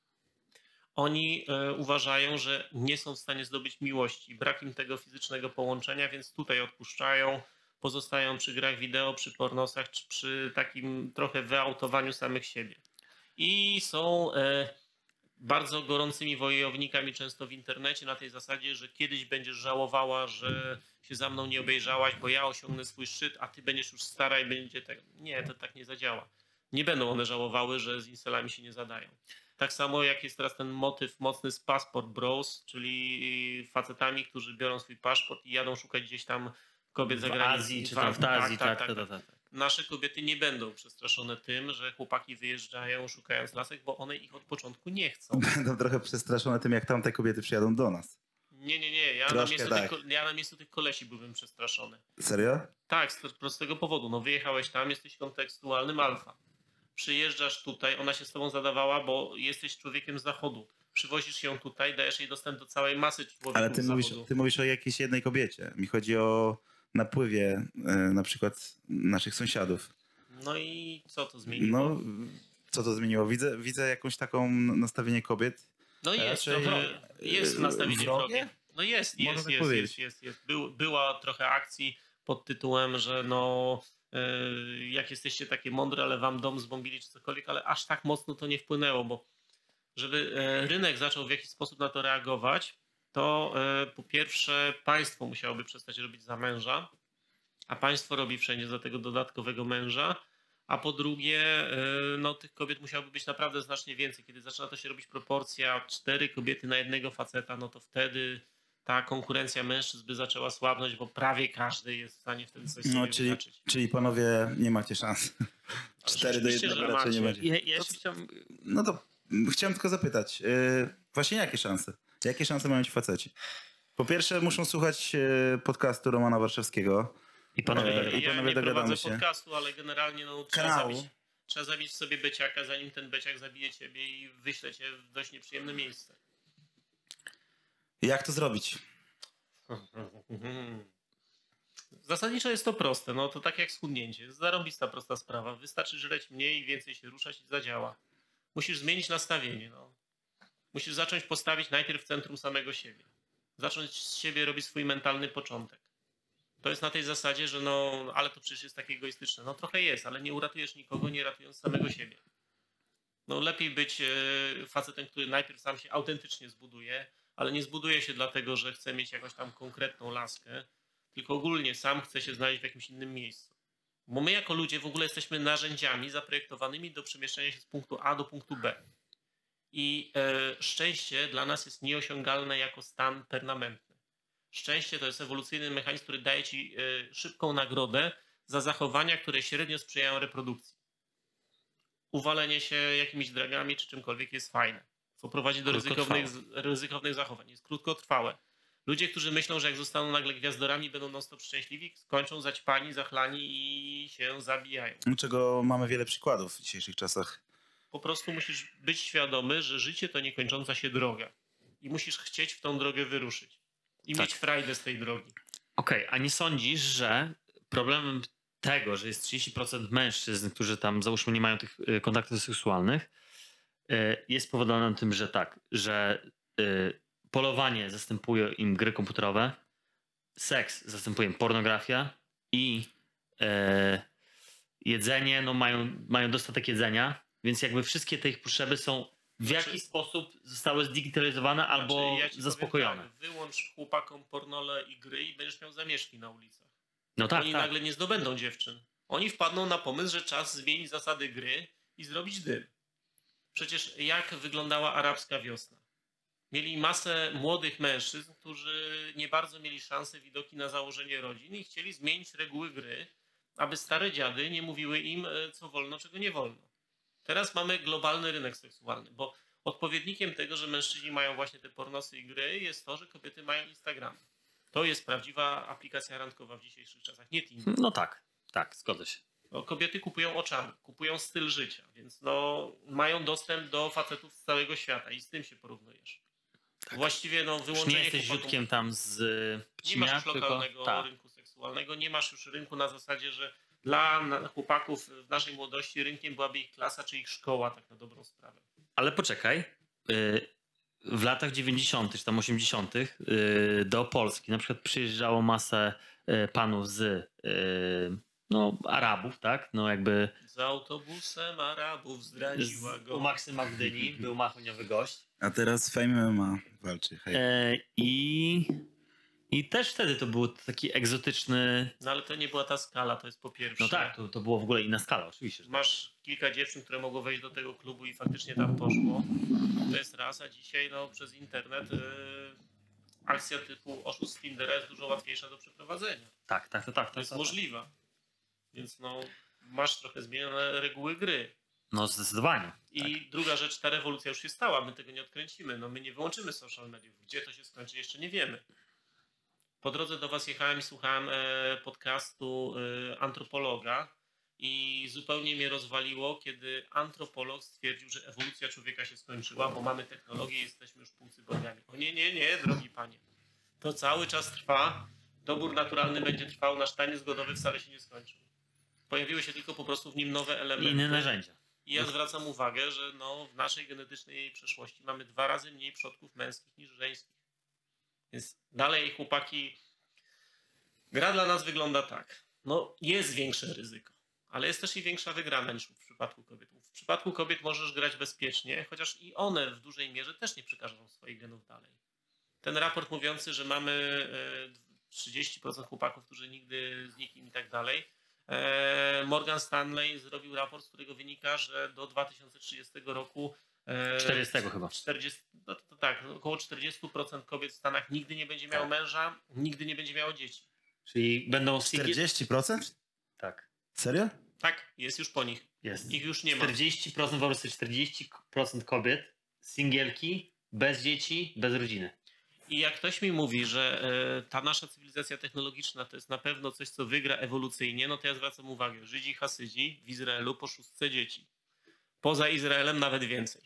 Oni uważają, że nie są w stanie zdobyć miłości, brak im tego fizycznego połączenia, więc tutaj odpuszczają, pozostają przy grach wideo, przy pornosach, czy przy takim trochę wyautowaniu samych siebie. I są bardzo gorącymi wojownikami często w internecie na tej zasadzie, że kiedyś będziesz żałowała, że się za mną nie obejrzałaś, bo ja osiągnę swój szczyt, a ty będziesz już stara i będzie tak. Nie, to tak nie zadziała. Nie będą one żałowały, że z incelami się nie zadają. Tak samo jak jest teraz ten motyw mocny z Passport Bros, czyli facetami, którzy biorą swój paszport i jadą szukać gdzieś tam kobiet za W granicą. Azji czy tam w Azji, tak. Nasze kobiety nie będą przestraszone tym, że chłopaki wyjeżdżają szukając lasek, bo one ich od początku nie chcą. Będą trochę przestraszone tym, jak tamte kobiety przyjadą do nas. Nie. Ja na miejscu tych kolesi byłbym przestraszony. Serio? Tak, z prostego powodu. No wyjechałeś tam, jesteś kontekstualnym alfa. Przyjeżdżasz tutaj, ona się z tobą zadawała, bo jesteś człowiekiem z zachodu. Przywozisz ją tutaj, dajesz jej dostęp do całej masy człowieków Ale z zachodu. ty mówisz o jakiejś jednej kobiecie. Mi chodzi o napływie na przykład naszych sąsiadów. No i co to zmieniło? No, co to zmieniło? Widzę jakąś taką nastawienie kobiet. No jest, raczej, jest nastawienie wrogie? wrogie. No jest. powiedzieć. Była trochę akcji pod tytułem, że no jak jesteście takie mądre, ale wam dom zbombili czy cokolwiek, ale aż tak mocno to nie wpłynęło, bo żeby rynek zaczął w jakiś sposób na to reagować, to po pierwsze państwo musiałoby przestać robić za męża, a państwo robi wszędzie za tego dodatkowego męża, a po drugie no, tych kobiet musiałoby być naprawdę znacznie więcej. Kiedy zaczyna to się robić proporcja 4 kobiety na jednego faceta, no to wtedy ta konkurencja mężczyzn by zaczęła słabnąć, bo prawie każdy jest w stanie wtedy coś sobie wyznaczyć. Czyli panowie nie macie szans. 4 do 1 raczej nie będzie. No to chciałem tylko zapytać, właśnie jakie szanse? Jakie szanse mają ci faceci? Po pierwsze muszą słuchać podcastu Romana Warszawskiego. I panowie Ja nie prowadzę podcastu, ale generalnie no, trzeba zabić sobie beciaka, zanim ten beciak zabije ciebie i wyśle cię w dość nieprzyjemne miejsce. Jak to zrobić? Zasadniczo jest to proste, no to tak jak schudnięcie. Jest zarąbista prosta sprawa. Wystarczy żreć mniej, więcej się ruszać i zadziała. Musisz zmienić nastawienie. No. Musisz zacząć postawić najpierw w centrum samego siebie. Zacząć z siebie robić swój mentalny początek. To jest na tej zasadzie, że no, ale to przecież jest takie egoistyczne. No trochę jest, ale nie uratujesz nikogo, nie ratując samego siebie. No lepiej być facetem, który najpierw sam się autentycznie zbuduje, ale nie zbuduje się dlatego, że chce mieć jakąś tam konkretną laskę, tylko ogólnie sam chce się znaleźć w jakimś innym miejscu. Bo my jako ludzie w ogóle jesteśmy narzędziami zaprojektowanymi do przemieszczania się z punktu A do punktu B. I szczęście dla nas jest nieosiągalne jako stan permanentny. Szczęście to jest ewolucyjny mechanizm, który daje ci szybką nagrodę za zachowania, które średnio sprzyjają reprodukcji. Uwalenie się jakimiś dragami czy czymkolwiek jest fajne, co prowadzi do ryzykownych zachowań. Jest krótkotrwałe. Ludzie, którzy myślą, że jak zostaną nagle gwiazdorami, będą non-stop szczęśliwi, skończą zaćpani, zachlani i się zabijają. Czego mamy wiele przykładów w dzisiejszych czasach. Po prostu musisz być świadomy, że życie to niekończąca się droga. I musisz chcieć w tą drogę wyruszyć. I mieć frajdę z tej drogi. Okej, a nie sądzisz, że problemem tego, że jest 30% mężczyzn, którzy tam załóżmy nie mają tych kontaktów seksualnych, jest spowodowane tym, że tak, że polowanie zastępuje im gry komputerowe, seks zastępuje im pornografia i jedzenie, no mają dostatek jedzenia, więc jakby wszystkie te ich potrzeby są w jakiś sposób zostały zdigitalizowane albo ja ci zaspokojone. Powiem tak, wyłącz chłopakom pornole i gry i będziesz miał zamieszki na ulicach. No tak, Oni nagle nie zdobędą dziewczyn. Oni wpadną na pomysł, że czas zmienić zasady gry i zrobić dym. Przecież jak wyglądała arabska wiosna? Mieli masę młodych mężczyzn, którzy nie bardzo mieli szansy, widoki na założenie rodzin i chcieli zmienić reguły gry, aby stare dziady nie mówiły im, co wolno, czego nie wolno. Teraz mamy globalny rynek seksualny, bo odpowiednikiem tego, że mężczyźni mają właśnie te pornosy i gry, jest to, że kobiety mają Instagram. To jest prawdziwa aplikacja randkowa w dzisiejszych czasach, nie Tinder. No tak, zgodzę się. No, kobiety kupują oczami, kupują styl życia, więc no, mają dostęp do facetów z całego świata i z tym się porównujesz. Tak. Właściwie no, wyłączenie nie jesteś ziutkiem tam z nie masz już lokalnego rynku seksualnego, nie masz już rynku na zasadzie, że dla chłopaków w naszej młodości rynkiem byłaby ich klasa czy ich szkoła, tak na dobrą sprawę. Ale poczekaj, w latach 90. czy tam 80. Do Polski na przykład przyjeżdżało masę panów z Arabów, tak? No jakby... Z autobusem Arabów zdradziła go. U Maksyma w Gdyni był machoniowy gość. A teraz Fame MMA walczy. I też wtedy to był taki egzotyczny... No ale to nie była ta skala, to jest po pierwsze. No tak, to było w ogóle inna skala, oczywiście. Masz kilka dziewczyn, które mogło wejść do tego klubu i faktycznie tam poszło. To jest raz, a dzisiaj no, przez internet akcja typu oszust z Tindera jest dużo łatwiejsza do przeprowadzenia. Tak. To jest możliwa. Więc no, masz trochę zmienione reguły gry. No zdecydowanie. I druga rzecz, ta rewolucja już się stała, my tego nie odkręcimy. No, my nie wyłączymy social mediów. Gdzie to się skończy, jeszcze nie wiemy. Po drodze do was jechałem i słuchałem podcastu antropologa i zupełnie mnie rozwaliło, kiedy antropolog stwierdził, że ewolucja człowieka się skończyła, bo mamy technologię i jesteśmy już półcyborgami. O nie, drogi panie. To cały czas trwa. Dobór naturalny będzie trwał, nasz taniec zgodowy wcale się nie skończył. Pojawiły się tylko po prostu w nim nowe elementy. Inne narzędzia. I ja zwracam uwagę, że no, w naszej genetycznej przeszłości mamy 2 razy mniej przodków męskich niż żeńskich. Więc dalej, chłopaki, gra dla nas wygląda tak. No, jest większe ryzyko, ale jest też i większa wygrana niż w przypadku kobiet. W przypadku kobiet możesz grać bezpiecznie, chociaż i one w dużej mierze też nie przekażą swoich genów dalej. Ten raport mówiący, że mamy 30% chłopaków, którzy nigdy z nikim i tak dalej. Morgan Stanley zrobił raport, z którego wynika, że do 2030 roku 40 chyba. 40, no to tak, około 40% kobiet w Stanach nigdy nie będzie miało męża, nigdy nie będzie miało dzieci. Czyli będą... 40%? Tak. Serio? Tak, jest już po nich. Jest. Ich już nie ma. 40%, wobec 40% kobiet, singielki, bez dzieci, bez rodziny. I jak ktoś mi mówi, że ta nasza cywilizacja technologiczna to jest na pewno coś, co wygra ewolucyjnie, no to ja zwracam uwagę. Żydzi, Hasydzi w Izraelu po 6 dzieci. Poza Izraelem nawet więcej.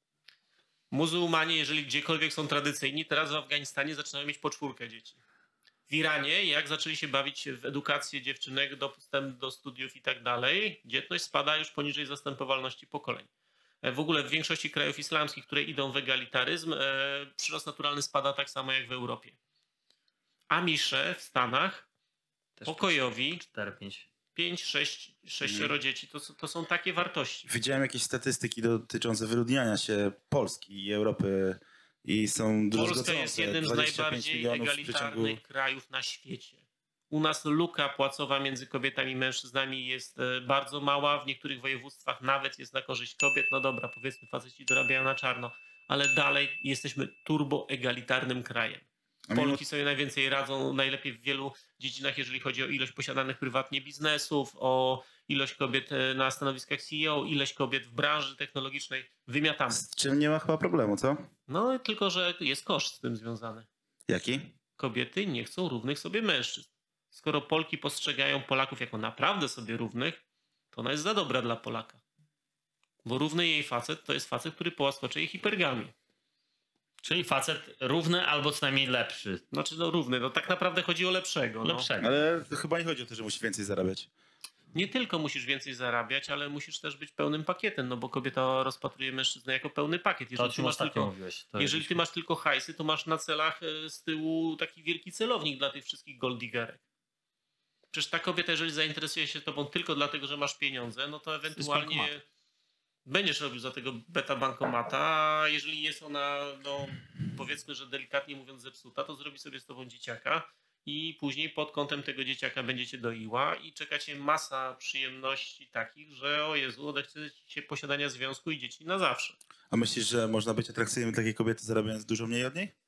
Muzułmanie, jeżeli gdziekolwiek są tradycyjni, teraz w Afganistanie zaczynają mieć po 4 dzieci. W Iranie, jak zaczęli się bawić w edukację dziewczynek, dostęp do studiów i tak dalej, dzietność spada już poniżej zastępowalności pokoleń. W ogóle w większości krajów islamskich, które idą w egalitaryzm, przyrost naturalny spada tak samo jak w Europie. Amisze w Stanach Też pokojowi, 4-5. 5, 6, 6 dzieci, to są takie wartości. Widziałem jakieś statystyki dotyczące wyludniania się Polski i Europy i są Polska druzgocące. jest jednym z 25 najbardziej milionów w przeciągu... egalitarnych krajów na świecie. U nas luka płacowa między kobietami i mężczyznami jest bardzo mała. W niektórych województwach nawet jest na korzyść kobiet. No dobra, powiedzmy, faceci dorabiają na czarno, ale dalej jesteśmy turboegalitarnym krajem. Polki sobie najwięcej radzą, najlepiej w wielu dziedzinach, jeżeli chodzi o ilość posiadanych prywatnie biznesów, o ilość kobiet na stanowiskach CEO, ilość kobiet w branży technologicznej. Wymiatamy. Z czym nie ma chyba problemu, co? No tylko, że jest koszt z tym związany. Jaki? Kobiety nie chcą równych sobie mężczyzn. Skoro Polki postrzegają Polaków jako naprawdę sobie równych, to ona jest za dobra dla Polaka. Bo równy jej facet to jest facet, który połaskocze jej hipergamię. Czyli facet równy albo co najmniej lepszy. Znaczy no równy, no tak naprawdę chodzi o lepszego. No. Lepszego. Ale chyba nie chodzi o to, że musi więcej zarabiać. Nie tylko musisz więcej zarabiać, ale musisz też być pełnym pakietem, no bo kobieta rozpatruje mężczyznę jako pełny pakiet. To o czym ostatnio mówiłeś. Jeżeli ty masz tylko hajsy, to masz na celach z tyłu taki wielki celownik dla tych wszystkich goldigerek. Przecież ta kobieta, jeżeli zainteresuje się tobą tylko dlatego, że masz pieniądze, no to ewentualnie będziesz robił za tego beta bankomata, a jeżeli jest ona, no powiedzmy, że delikatnie mówiąc zepsuta, to zrobi sobie z tobą dzieciaka i później pod kątem tego dzieciaka będziecie doiła i czeka cię masa przyjemności takich, że o Jezu, odechce się posiadania związku i dzieci na zawsze. A myślisz, że można być atrakcyjnym dla takiej kobiety, zarabiając dużo mniej od niej?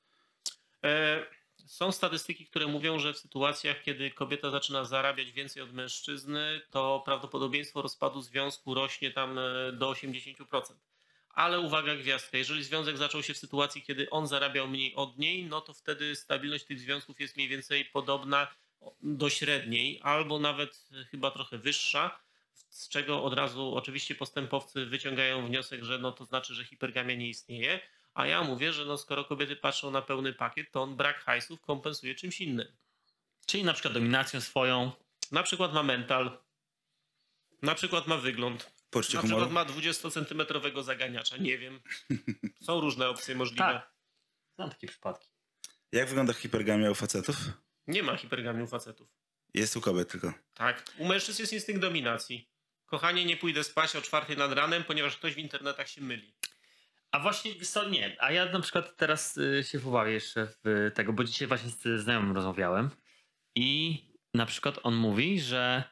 Są statystyki, które mówią, że w sytuacjach, kiedy kobieta zaczyna zarabiać więcej od mężczyzny, to prawdopodobieństwo rozpadu związku rośnie tam do 80%. Ale uwaga, gwiazdka, jeżeli związek zaczął się w sytuacji, kiedy on zarabiał mniej od niej, no to wtedy stabilność tych związków jest mniej więcej podobna do średniej, albo nawet chyba trochę wyższa, z czego od razu oczywiście postępowcy wyciągają wniosek, że no to znaczy, że hipergamia nie istnieje. A ja mówię, że no skoro kobiety patrzą na pełny pakiet, to on brak hajsów kompensuje czymś innym. Czyli na przykład dominacją swoją. Na przykład ma mental, na przykład ma wygląd, Poczucie na humoru? przykład ma 20-centymetrowego zaganiacza, nie wiem. Są różne opcje możliwe. Tak. Znam takie przypadki. Jak wygląda hipergamia u facetów? Nie ma hipergamii u facetów. Jest u kobiet tylko. Tak. U mężczyzn jest instynkt dominacji. Kochanie, nie pójdę spać o 4 nad ranem, ponieważ ktoś w internetach się myli. A właśnie, wiesz co, nie. A ja na przykład teraz się pobawię jeszcze w tego, bo dzisiaj właśnie z znajomym rozmawiałem i na przykład on mówi, że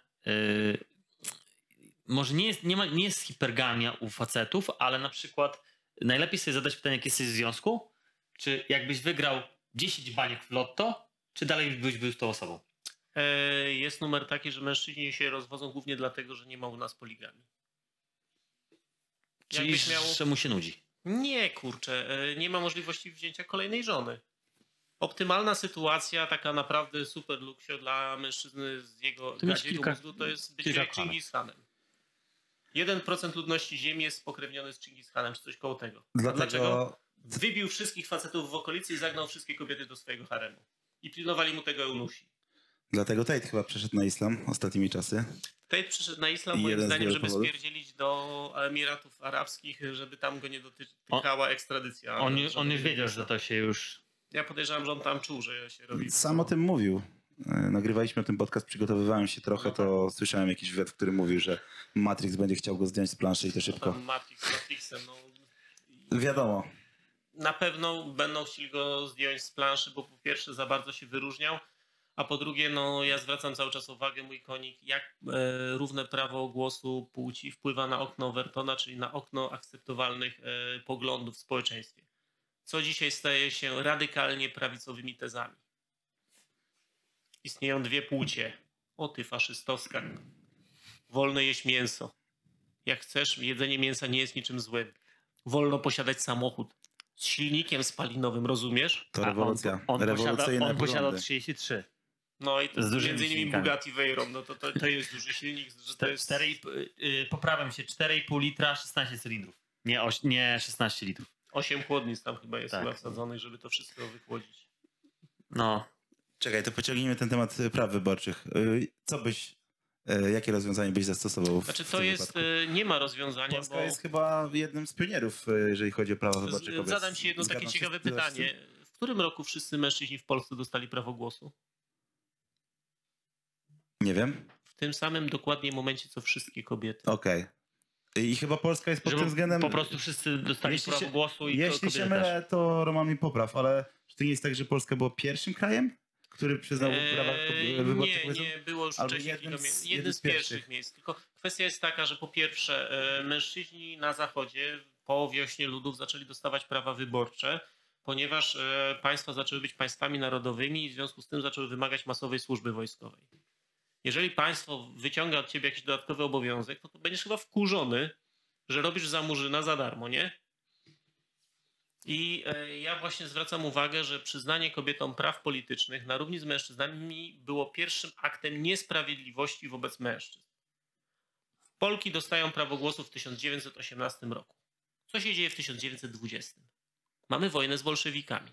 może nie jest hipergamia u facetów, ale na przykład najlepiej sobie zadać pytanie, jak jesteś w związku, czy jakbyś wygrał 10 baniek w lotto, czy dalej byś był z tą osobą? Jest numer taki, że mężczyźni się rozwodzą głównie dlatego, że nie ma u nas poligami. Czyli że mu się nudzi. Nie, kurczę, nie ma możliwości wzięcia kolejnej żony. Optymalna sytuacja, taka naprawdę super luksio dla mężczyzny z jego mózgu, to jest bycie jak Chingis Khanem. 1% ludności Ziemi jest spokrewniony z Chingis Khanem, czy coś koło tego. Dlaczego? Wybił wszystkich facetów w okolicy i zagnał wszystkie kobiety do swojego haremu. I pilnowali mu tego eunusi. Dlatego Tate chyba przeszedł na islam ostatnimi czasy. Tate przyszedł na islam moim zdaniem, żeby spierdzielić do Emiratów Arabskich, żeby tam go nie dotykała ekstradycja. On już wiedział, że to się już... Ja podejrzewam, że on tam czuł, że się robi... Sam o tym mówił. Nagrywaliśmy o tym podcast, przygotowywałem się trochę, to słyszałem jakiś wywiad, w którym mówił, że Matrix będzie chciał go zdjąć z planszy i to szybko. Matrixem, no... Wiadomo. Na pewno będą chcieli go zdjąć z planszy, bo po pierwsze za bardzo się wyróżniał, a po drugie, no ja zwracam cały czas uwagę, mój konik, jak równe prawo głosu płci wpływa na okno Overtona, czyli na okno akceptowalnych poglądów w społeczeństwie. Co dzisiaj staje się radykalnie prawicowymi tezami. Istnieją dwie płcie. O ty faszystowska. Wolno jeść mięso. Jak chcesz, jedzenie mięsa nie jest niczym złym. Wolno posiadać samochód z silnikiem spalinowym, rozumiesz? To rewolucja. On posiada 33. No i to między innymi Bugatti Veyron, no to jest duży silnik. Że to jest... Poprawiam się, 4,5 litra, 16 cylindrów. Nie 16 litrów. 8 chłodnic tam chyba jest wsadzonych, żeby to wszystko wychłodzić. No. Czekaj, to pociągnijmy ten temat praw wyborczych. Jakie rozwiązanie byś zastosował? Znaczy to jest, nie ma rozwiązania. Polska jest chyba jednym z pionierów, jeżeli chodzi o prawa wyborcze kobiet. Zadam ci jedno takie ciekawe pytanie. W którym roku wszyscy mężczyźni w Polsce dostali prawo głosu? Nie wiem. W tym samym dokładnie momencie, co wszystkie kobiety. Okej. I chyba Polska jest pod tym względem... Po prostu wszyscy dostali Jeśli prawo się- głosu i Jeśli kobiety się też. mylę, to Roman mi popraw, ale czy to nie jest tak, że Polska była pierwszym krajem, który przyznał prawa wyborcze? Nie, było już Albo wcześniej jednym z pierwszych miejsc. Tylko kwestia jest taka, że po pierwsze mężczyźni na zachodzie po wiośnie ludów zaczęli dostawać prawa wyborcze, ponieważ państwa zaczęły być państwami narodowymi i w związku z tym zaczęły wymagać masowej służby wojskowej. Jeżeli państwo wyciąga od ciebie jakiś dodatkowy obowiązek, to będziesz chyba wkurzony, że robisz za murzyna za darmo, nie? I ja właśnie zwracam uwagę, że przyznanie kobietom praw politycznych na równi z mężczyznami było pierwszym aktem niesprawiedliwości wobec mężczyzn. Polki dostają prawo głosu w 1918 roku. Co się dzieje w 1920? Mamy wojnę z bolszewikami.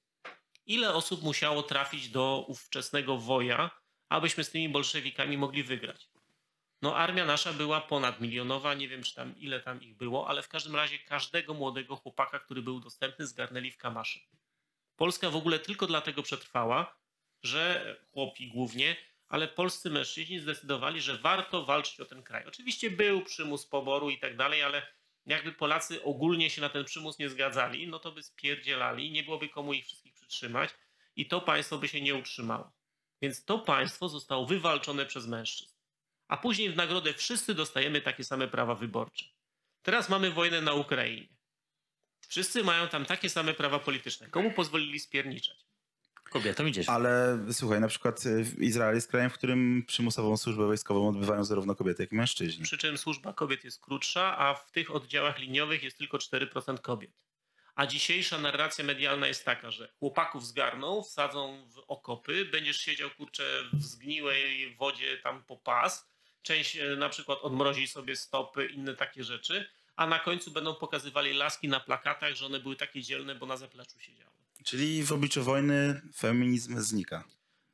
Ile osób musiało trafić do ówczesnego woja, abyśmy z tymi bolszewikami mogli wygrać? No armia nasza była ponadmilionowa, nie wiem czy tam ile tam ich było, ale w każdym razie każdego młodego chłopaka, który był dostępny, zgarnęli w kamasze. Polska w ogóle tylko dlatego przetrwała, że chłopi głównie, ale polscy mężczyźni zdecydowali, że warto walczyć o ten kraj. Oczywiście był przymus poboru i tak dalej, ale jakby Polacy ogólnie się na ten przymus nie zgadzali, no to by spierdzielali, nie byłoby komu ich wszystkich przytrzymać i to państwo by się nie utrzymało. Więc to państwo zostało wywalczone przez mężczyzn. A później w nagrodę wszyscy dostajemy takie same prawa wyborcze. Teraz mamy wojnę na Ukrainie. Wszyscy mają tam takie same prawa polityczne. Komu pozwolili spierniczać? Kobietom i dzieciom. Ale słuchaj, na przykład Izrael jest krajem, w którym przymusową służbę wojskową odbywają zarówno kobiety, jak i mężczyźni. Przy czym służba kobiet jest krótsza, a w tych oddziałach liniowych jest tylko 4% kobiet. A dzisiejsza narracja medialna jest taka, że chłopaków zgarną, wsadzą w okopy, będziesz siedział kurczę w zgniłej wodzie tam po pas, część na przykład odmrozi sobie stopy, inne takie rzeczy, a na końcu będą pokazywali laski na plakatach, że one były takie dzielne, bo na zapleczu siedziały. Czyli w obliczu wojny feminizm znika.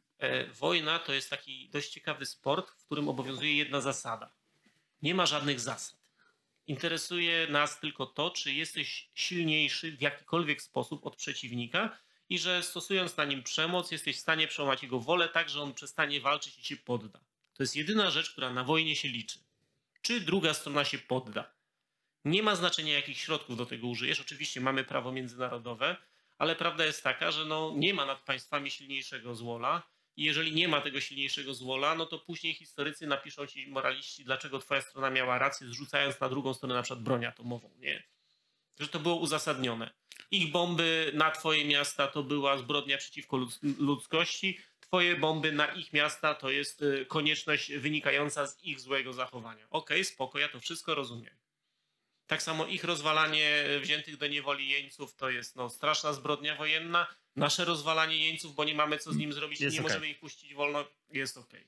Wojna to jest taki dość ciekawy sport, w którym obowiązuje jedna zasada. Nie ma żadnych zasad. Interesuje nas tylko to, czy jesteś silniejszy w jakikolwiek sposób od przeciwnika i że stosując na nim przemoc jesteś w stanie przełamać jego wolę tak, że on przestanie walczyć i się podda. To jest jedyna rzecz, która na wojnie się liczy. Czy druga strona się podda? Nie ma znaczenia, jakich środków do tego użyjesz. Oczywiście mamy prawo międzynarodowe, ale prawda jest taka, że nie ma nad państwami silniejszego złola i jeżeli nie ma tego silniejszego złola, no to później historycy napiszą ci, moraliści, dlaczego twoja strona miała rację, zrzucając na drugą stronę na przykład broń atomową, nie? Że to było uzasadnione. Ich bomby na twoje miasta to była zbrodnia przeciwko ludzkości, twoje bomby na ich miasta to jest konieczność wynikająca z ich złego zachowania. Okej, spoko, ja to wszystko rozumiem. Tak samo ich rozwalanie wziętych do niewoli jeńców to jest straszna zbrodnia wojenna. Nasze rozwalanie jeńców, bo nie mamy co z nim zrobić, Jest nie okej. możemy ich puścić wolno, jest okej.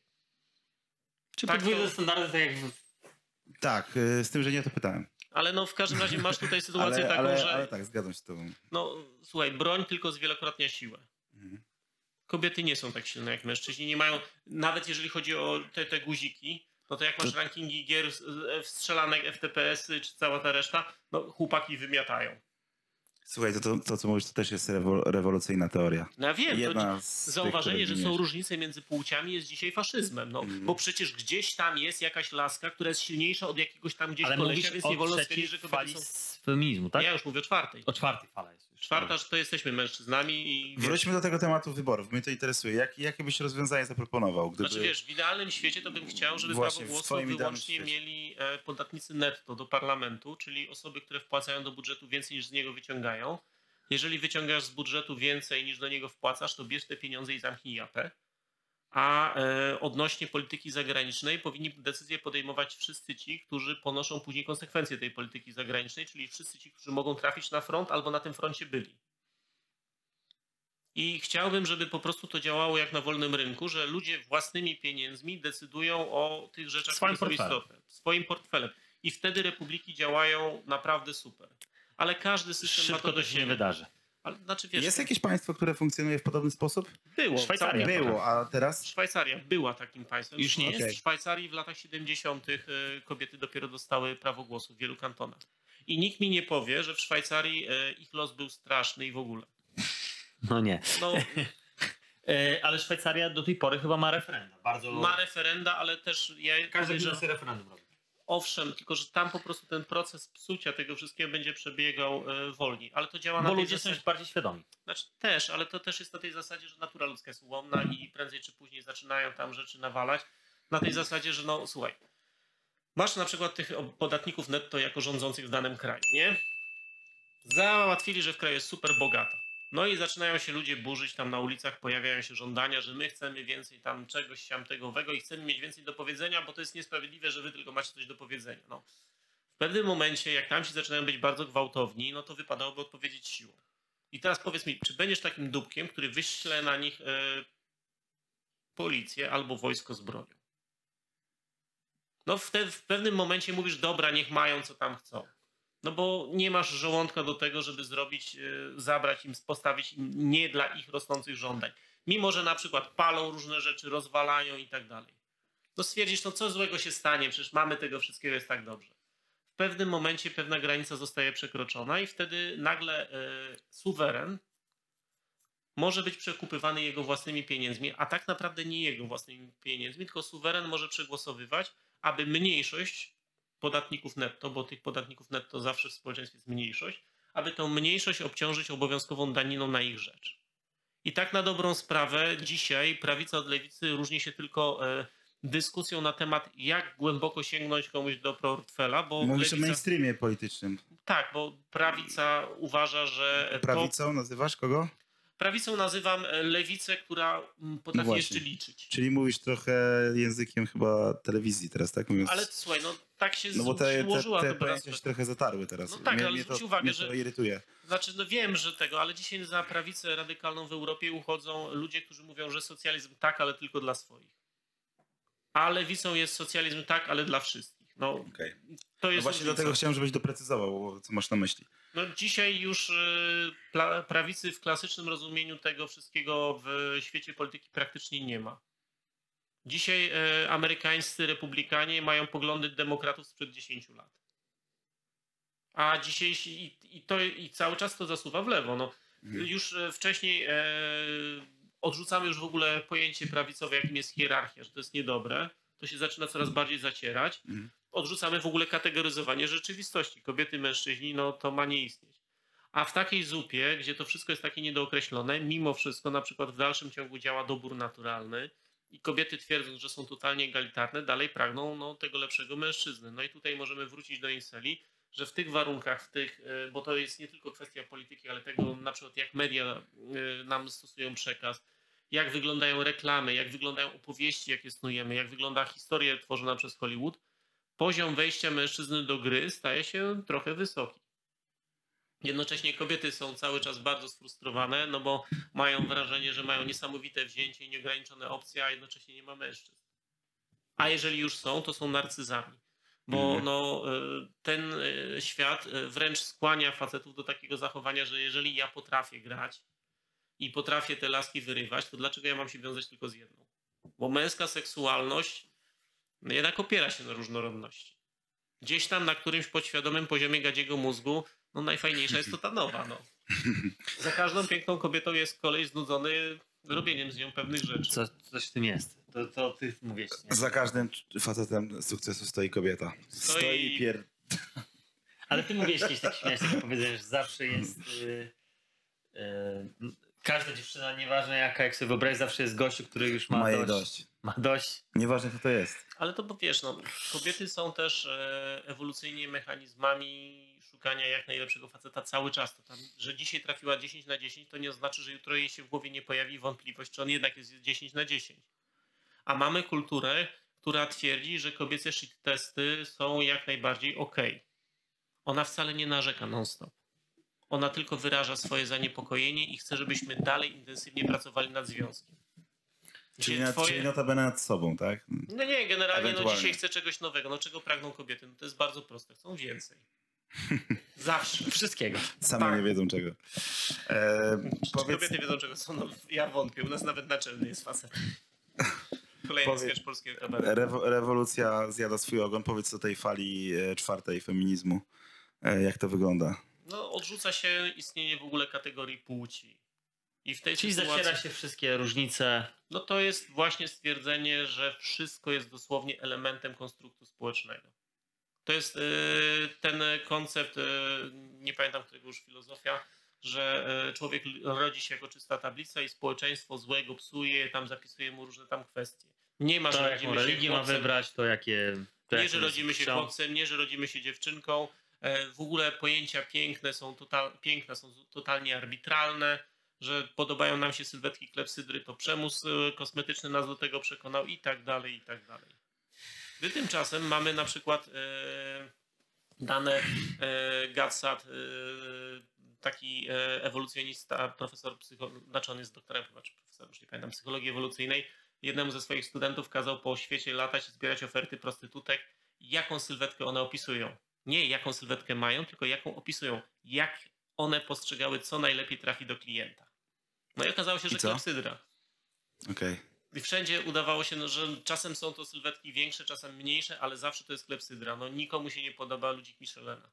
Czy tak, podwójne to- standardy, tak jak Tak, z tym, że nie o to pytałem. Ale w każdym razie masz tutaj sytuację taką, że ale tak, zgadzam się z tobą. słuchaj, broń tylko zwielokrotnia siłę. Mhm. Kobiety nie są tak silne jak mężczyźni, nie mają, nawet jeżeli chodzi o te guziki, no to jak masz rankingi gier, strzelanek, FTPS-y czy cała ta reszta, chłopaki wymiatają. Słuchaj, to co mówisz, to też jest rewolucyjna teoria. No ja wiem, Jedna z tych, zauważenie, które że są wymieniłeś. różnice między płciami jest dzisiaj faszyzmem, bo przecież gdzieś tam jest jakaś laska, która jest silniejsza od jakiegoś tam gdzieś ale kolesia, mówisz więc o nie wolno trzeciej stwierdzić, że kobiety fali są... z feminizmu, tak? Ja już mówię o czwartej. O czwartej fala jest już. Czwarta, że to jesteśmy mężczyznami i... Wróćmy do tego tematu wyborów. Mnie to interesuje. Jakie byś rozwiązanie zaproponował? Gdyby... Znaczy wiesz, w idealnym świecie to bym chciał, żeby Właśnie, prawo w głosu twoim idealnym wyłącznie świecie. mieli podatnicy netto do parlamentu, czyli osoby, które wpłacają do budżetu więcej niż z niego wyciągają. Jeżeli wyciągasz z budżetu więcej niż do niego wpłacasz, to bierz te pieniądze i zamknij japę. A odnośnie polityki zagranicznej powinni decyzje podejmować wszyscy ci, którzy ponoszą później konsekwencje tej polityki zagranicznej, czyli wszyscy ci, którzy mogą trafić na front albo na tym froncie byli. I chciałbym, żeby po prostu to działało jak na wolnym rynku, że ludzie własnymi pieniędzmi decydują o tych rzeczach, Swoim które są portfelem. istotne. Swoim portfelem. I wtedy republiki działają naprawdę super. Ale każdy system ma Szybko to to do się nie siebie. wydarzy. Ale, znaczy, wiesz, Jest jakieś państwo, które funkcjonuje w podobny sposób? było. Szwajcaria. Było, a teraz? Szwajcaria była takim państwem. Już nie jest? W Szwajcarii w latach 70. Kobiety dopiero dostały prawo głosu w wielu kantonach. I nikt mi nie powie, że w Szwajcarii ich los był straszny i w ogóle. No nie. No, Ale Szwajcaria do tej pory chyba ma referenda. Bardzo... Ma referenda, ale też Każdy sobie referendum robi. Owszem, tylko że tam po prostu ten proces psucia tego wszystkiego będzie przebiegał wolniej, ale to działa Bo na tej ludzie są zasadzie. już bardziej świadomi. Znaczy też, ale to też jest na tej zasadzie, że natura ludzka jest ułomna i prędzej czy później zaczynają tam rzeczy nawalać. Na tej zasadzie, że no słuchaj, masz na przykład tych podatników netto jako rządzących w danym kraju, nie? Załatwili, że w kraju jest super bogato. No i zaczynają się ludzie burzyć tam na ulicach, pojawiają się żądania, że my chcemy więcej tam czegoś tamtegowego i chcemy mieć więcej do powiedzenia, bo to jest niesprawiedliwe, że wy tylko macie coś do powiedzenia. No. W pewnym momencie, jak tam ci zaczynają być bardzo gwałtowni, no to wypadałoby odpowiedzieć siłą. I teraz powiedz mi, czy będziesz takim dupkiem, który wyśle na nich policję albo wojsko z bronią? No w pewnym momencie mówisz, dobra, niech mają co tam chcą. No bo nie masz żołądka do tego, żeby zrobić, zabrać im, postawić im nie dla ich rosnących żądań. Mimo, że na przykład palą różne rzeczy, rozwalają i tak dalej. No stwierdzisz, no co złego się stanie, przecież mamy tego wszystkiego, jest tak dobrze. W pewnym momencie pewna granica zostaje przekroczona i wtedy nagle suweren może być przekupywany jego własnymi pieniędzmi, a tak naprawdę nie jego własnymi pieniędzmi, tylko suweren może przegłosowywać, aby mniejszość podatników netto, bo tych podatników netto zawsze w społeczeństwie jest mniejszość, aby tą mniejszość obciążyć obowiązkową daniną na ich rzecz. I tak na dobrą sprawę dzisiaj prawica od lewicy różni się tylko dyskusją na temat, jak głęboko sięgnąć komuś do portfela, bo Mówisz o mainstreamie politycznym. Tak, bo prawica uważa, że... Prawicą nazywasz kogo? Prawicą nazywam lewicę, która potrafi No jeszcze liczyć. Czyli mówisz trochę językiem chyba telewizji teraz, tak mówiąc? Ale słuchaj, no tak się no bo ułożyła. te pojęcia się trochę zatarły teraz. No tak, ale zwróć uwagę, że... to irytuje. Znaczy, no wiem, że tego, ale dzisiaj za prawicę radykalną w Europie uchodzą ludzie, którzy mówią, że socjalizm tak, ale tylko dla swoich. A lewicą jest socjalizm tak, ale dla wszystkich. No, okay. To jest właśnie dlatego chciałem, żebyś doprecyzował, co masz na myśli. No dzisiaj już prawicy w klasycznym rozumieniu tego wszystkiego w świecie polityki praktycznie nie ma. Dzisiaj amerykańscy republikanie mają poglądy demokratów sprzed 10 lat. A dzisiaj i cały czas to zasuwa w lewo. No, już wcześniej odrzucamy już w ogóle pojęcie prawicowe, jakim jest hierarchia, że to jest niedobre. To się zaczyna coraz bardziej zacierać. Odrzucamy w ogóle kategoryzowanie rzeczywistości. Kobiety, mężczyźni, no to ma nie istnieć. A w takiej zupie, gdzie to wszystko jest takie niedookreślone, mimo wszystko na przykład w dalszym ciągu działa dobór naturalny i kobiety twierdząc, że są totalnie egalitarne, dalej pragną tego lepszego mężczyzny. No i tutaj możemy wrócić do inceli, że w tych warunkach, bo to jest nie tylko kwestia polityki, ale tego na przykład jak media nam stosują przekaz, jak wyglądają reklamy, jak wyglądają opowieści, jakie snujemy, jak wygląda historia tworzona przez Hollywood, poziom wejścia mężczyzny do gry staje się trochę wysoki. Jednocześnie kobiety są cały czas bardzo sfrustrowane, no bo mają wrażenie, że mają niesamowite wzięcie i nieograniczone opcje, a jednocześnie nie ma mężczyzn. A jeżeli już są, to są narcyzami. Bo ten świat wręcz skłania facetów do takiego zachowania, że jeżeli ja potrafię grać i potrafię te laski wyrywać, to dlaczego ja mam się wiązać tylko z jedną? Bo męska seksualność jednak opiera się na różnorodności. Gdzieś tam na którymś podświadomym poziomie gadziego mózgu najfajniejsza jest to ta nowa. No. Za każdą piękną kobietą jest koleś znudzony robieniem z nią pewnych rzeczy. Coś w tym jest. To ty mówisz. Nie? Za każdym facetem sukcesu stoi kobieta. Ale ty mówiłeś kiedyś takie powiedzenie, że zawsze jest... każda dziewczyna, nieważne jaka, jak sobie wyobraź, zawsze jest gościu, który już ma dość. Ma dość. Nieważne kto to jest. Ale to bo wiesz, kobiety są też ewolucyjnie mechanizmami szukania jak najlepszego faceta cały czas. To tam, że dzisiaj trafiła 10 na 10, to nie oznacza, że jutro jej się w głowie nie pojawi wątpliwość, czy on jednak jest 10 na 10. A mamy kulturę, która twierdzi, że kobiece shit testy są jak najbardziej okej. Ona wcale nie narzeka non-stop. Ona tylko wyraża swoje zaniepokojenie i chce, żebyśmy dalej intensywnie pracowali nad związkiem. Czyli notabene nad sobą, tak? No nie, generalnie dzisiaj chcę czegoś nowego. Czego pragną kobiety? To jest bardzo proste. Chcą więcej. Zawsze. Wszystkiego. Same nie wiedzą czego. Kobiety wiedzą czego są. Ja wątpię. U nas nawet naczelny jest facet. Kolejny sketch polskiego kabaretu. Rewolucja zjada swój ogon. Powiedz o tej fali czwartej feminizmu. Jak to wygląda? Odrzuca się istnienie w ogóle kategorii płci. I w tej Czyli sytuacji... zaciera się wszystkie różnice. No to jest właśnie stwierdzenie, że wszystko jest dosłownie elementem konstruktu społecznego. To jest ten koncept, nie pamiętam którego już filozofia, że człowiek rodzi się jako czysta tablica i społeczeństwo złego psuje, tam zapisuje mu różne tam kwestie. Nie ma, To że jaką rodzimy religię się ma chłopcem, wybrać, to jakie... To nie, jakie że rodzimy się chciał. chłopcem, nie, że rodzimy się dziewczynką. W ogóle pojęcia piękne są totalnie arbitralne, że podobają nam się sylwetki klepsydry, to przemysł kosmetyczny nas do tego przekonał i tak dalej, i tak dalej. Gdy tymczasem mamy na przykład dane Gatsat, taki ewolucjonista, profesor znaczy on jest doktorem chyba, czy profesor, już nie pamiętam, psychologii ewolucyjnej, jednemu ze swoich studentów kazał po świecie latać i zbierać oferty prostytutek, jaką sylwetkę one opisują. Nie jaką sylwetkę mają, tylko jaką opisują. Jak one postrzegały, co najlepiej trafi do klienta. No i okazało się, że klepsydra. Okej. I wszędzie udawało się, no, że czasem są to sylwetki większe, czasem mniejsze, ale zawsze to jest klepsydra. No nikomu się nie podoba ludzik Michelena.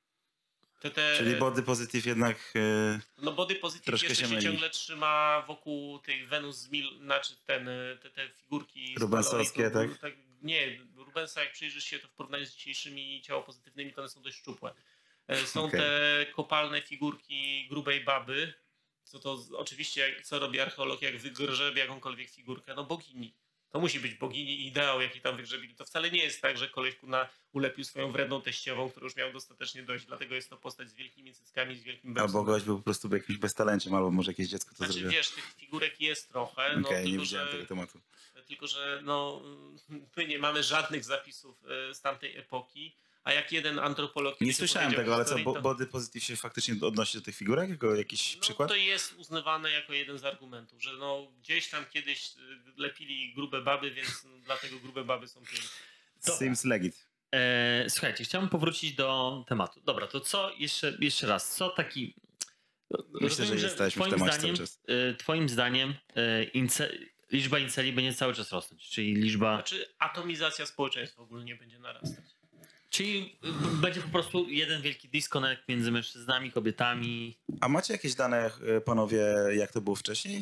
Czyli body positive jednak... No body positive troszkę jeszcze się się myli. ciągle trzyma wokół tych Wenus z Mil, znaczy te figurki z Rubensowskie, paleolitu. tak? Nie, Rubensa jak przyjrzysz się, to w porównaniu z dzisiejszymi ciałopozytywnymi, to one są dość szczupłe. Są Okej. te kopalne figurki grubej baby, co to oczywiście, co robi archeolog, jak wygrzebie jakąkolwiek figurkę? No bogini. To musi być bogini ideał, jaki tam wygrzebili. To wcale nie jest tak, że koleś ulepił swoją wredną teściową, który już miał dostatecznie dość. Dlatego jest to postać z wielkimi cyckami, z wielkim Albo beksem. gość był po prostu jakimś beztalenciem, albo może jakieś dziecko to Znaczy zrobiło. wiesz, tych figurek jest trochę, no, Okej, nie tylko, widziałem że, tego tematu. tylko że no, my nie mamy żadnych zapisów z tamtej epoki, a jak jeden antropolog... Nie kiedyś słyszałem opowiedział tego, ale co, historii, to... body positive się faktycznie odnosi do tych figurek? Jako jakiś No, przykład? to jest uznawane jako jeden z argumentów, że no, gdzieś tam kiedyś lepili grube baby, więc no, dlatego grube baby są piękne. Seems legit. Słuchajcie, chciałbym powrócić do tematu. Dobra, to co jeszcze raz? Co taki... Myślę, że jesteśmy w temacie cały czas. Twoim zdaniem liczba inceli będzie cały czas rosnąć, czyli liczba... Znaczy atomizacja społeczeństwa ogólnie będzie narastać. Czyli będzie po prostu jeden wielki disconnect między mężczyznami, kobietami. A macie jakieś dane, panowie, jak to było wcześniej?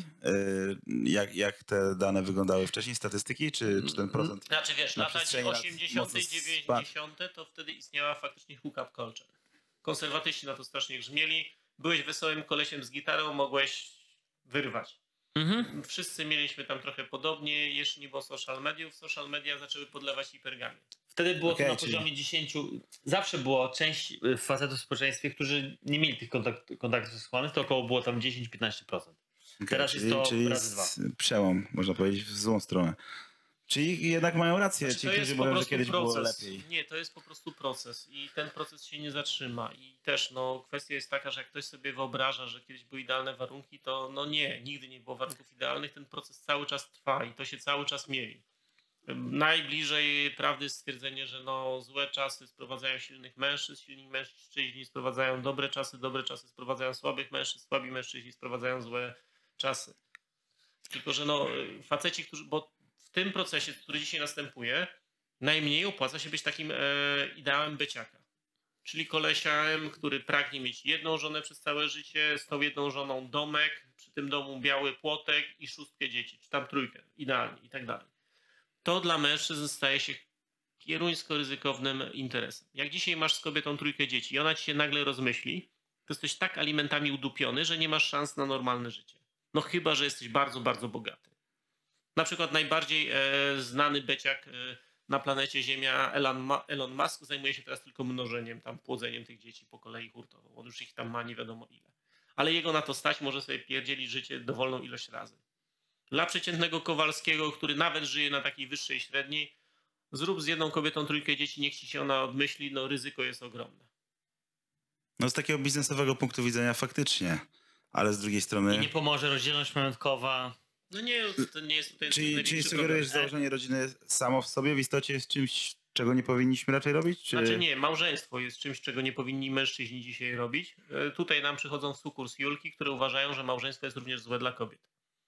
Jak te dane wyglądały wcześniej? Statystyki? Czy ten procent? Znaczy wiesz, Na lata przestrzeni lat 80., mocno 90., to wtedy istniała faktycznie hookup culture. Konserwatyści na to strasznie grzmieli. Byłeś wesołym kolesiem z gitarą, mogłeś wyrwać. Mhm. Wszyscy mieliśmy tam trochę podobnie, jeszcze nie było social mediów. Social media zaczęły podlewać hipergamię. Wtedy było to na czyli- poziomie 10. Zawsze było część facetów w społeczeństwie, którzy nie mieli tych kontaktów seksualnych, to około było tam 10-15%. Teraz jest to czyli razy dwa. przełom, można powiedzieć, w złą stronę. Czyli jednak mają rację Znaczy, ci, to którzy jest po mówią, że prostu kiedyś było proces. lepiej. Nie, to jest po prostu proces i ten proces się nie zatrzyma. I też no, kwestia jest taka, że jak ktoś sobie wyobraża, że kiedyś były idealne warunki, to no nie, nigdy nie było warunków idealnych. Ten proces cały czas trwa i to się cały czas mieli. Najbliżej prawdy jest stwierdzenie, że no, złe czasy sprowadzają silnych mężczyzn, silni mężczyźni sprowadzają dobre czasy sprowadzają słabych mężczyzn, słabi mężczyźni sprowadzają złe czasy. Tylko, że no, faceci, bo w tym procesie, który dzisiaj następuje, najmniej opłaca się być takim ideałem byciaka. Czyli kolesiałem, który pragnie mieć jedną żonę przez całe życie, z tą jedną żoną domek, przy tym domu biały płotek i 6 dzieci, czy tam 3, idealnie i tak dalej. To dla mężczyzn staje się kieruńsko ryzykownym interesem. Jak dzisiaj masz z kobietą 3 dzieci i ona ci się nagle rozmyśli, to jesteś tak alimentami udupiony, że nie masz szans na normalne życie. No chyba, że jesteś bardzo, bardzo bogaty. Na przykład najbardziej znany beciak na planecie Ziemia, Elon Musk, zajmuje się teraz tylko mnożeniem, tam płodzeniem tych dzieci po kolei hurtowo. On już ich tam ma nie wiadomo ile. Ale jego na to stać, może sobie pierdzielić życie dowolną ilość razy. Dla przeciętnego Kowalskiego, który nawet żyje na takiej wyższej średniej, zrób z jedną kobietą 3 dzieci, niech ci się ona odmyśli, no ryzyko jest ogromne. No z takiego biznesowego punktu widzenia faktycznie, ale z drugiej strony... I nie pomoże rozdzielność majątkowa. No nie, to nie jest tutaj... Czyli sugerujesz, że założenie rodziny samo w sobie w istocie jest czymś, czego nie powinniśmy raczej robić? Czy... Znaczy nie, małżeństwo jest czymś, czego nie powinni mężczyźni dzisiaj robić. Tutaj nam przychodzą w sukurs Julki, które uważają, że małżeństwo jest również złe dla kobiet.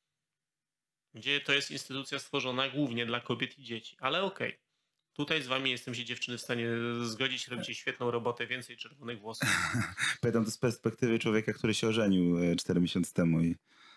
Gdzie to jest instytucja stworzona głównie dla kobiet i dzieci. Ale okej. Tutaj z wami jestem się dziewczyny w stanie zgodzić, robicie świetną robotę, więcej czerwonych włosów. Pytam to z perspektywy człowieka, który się ożenił 4 miesiące temu i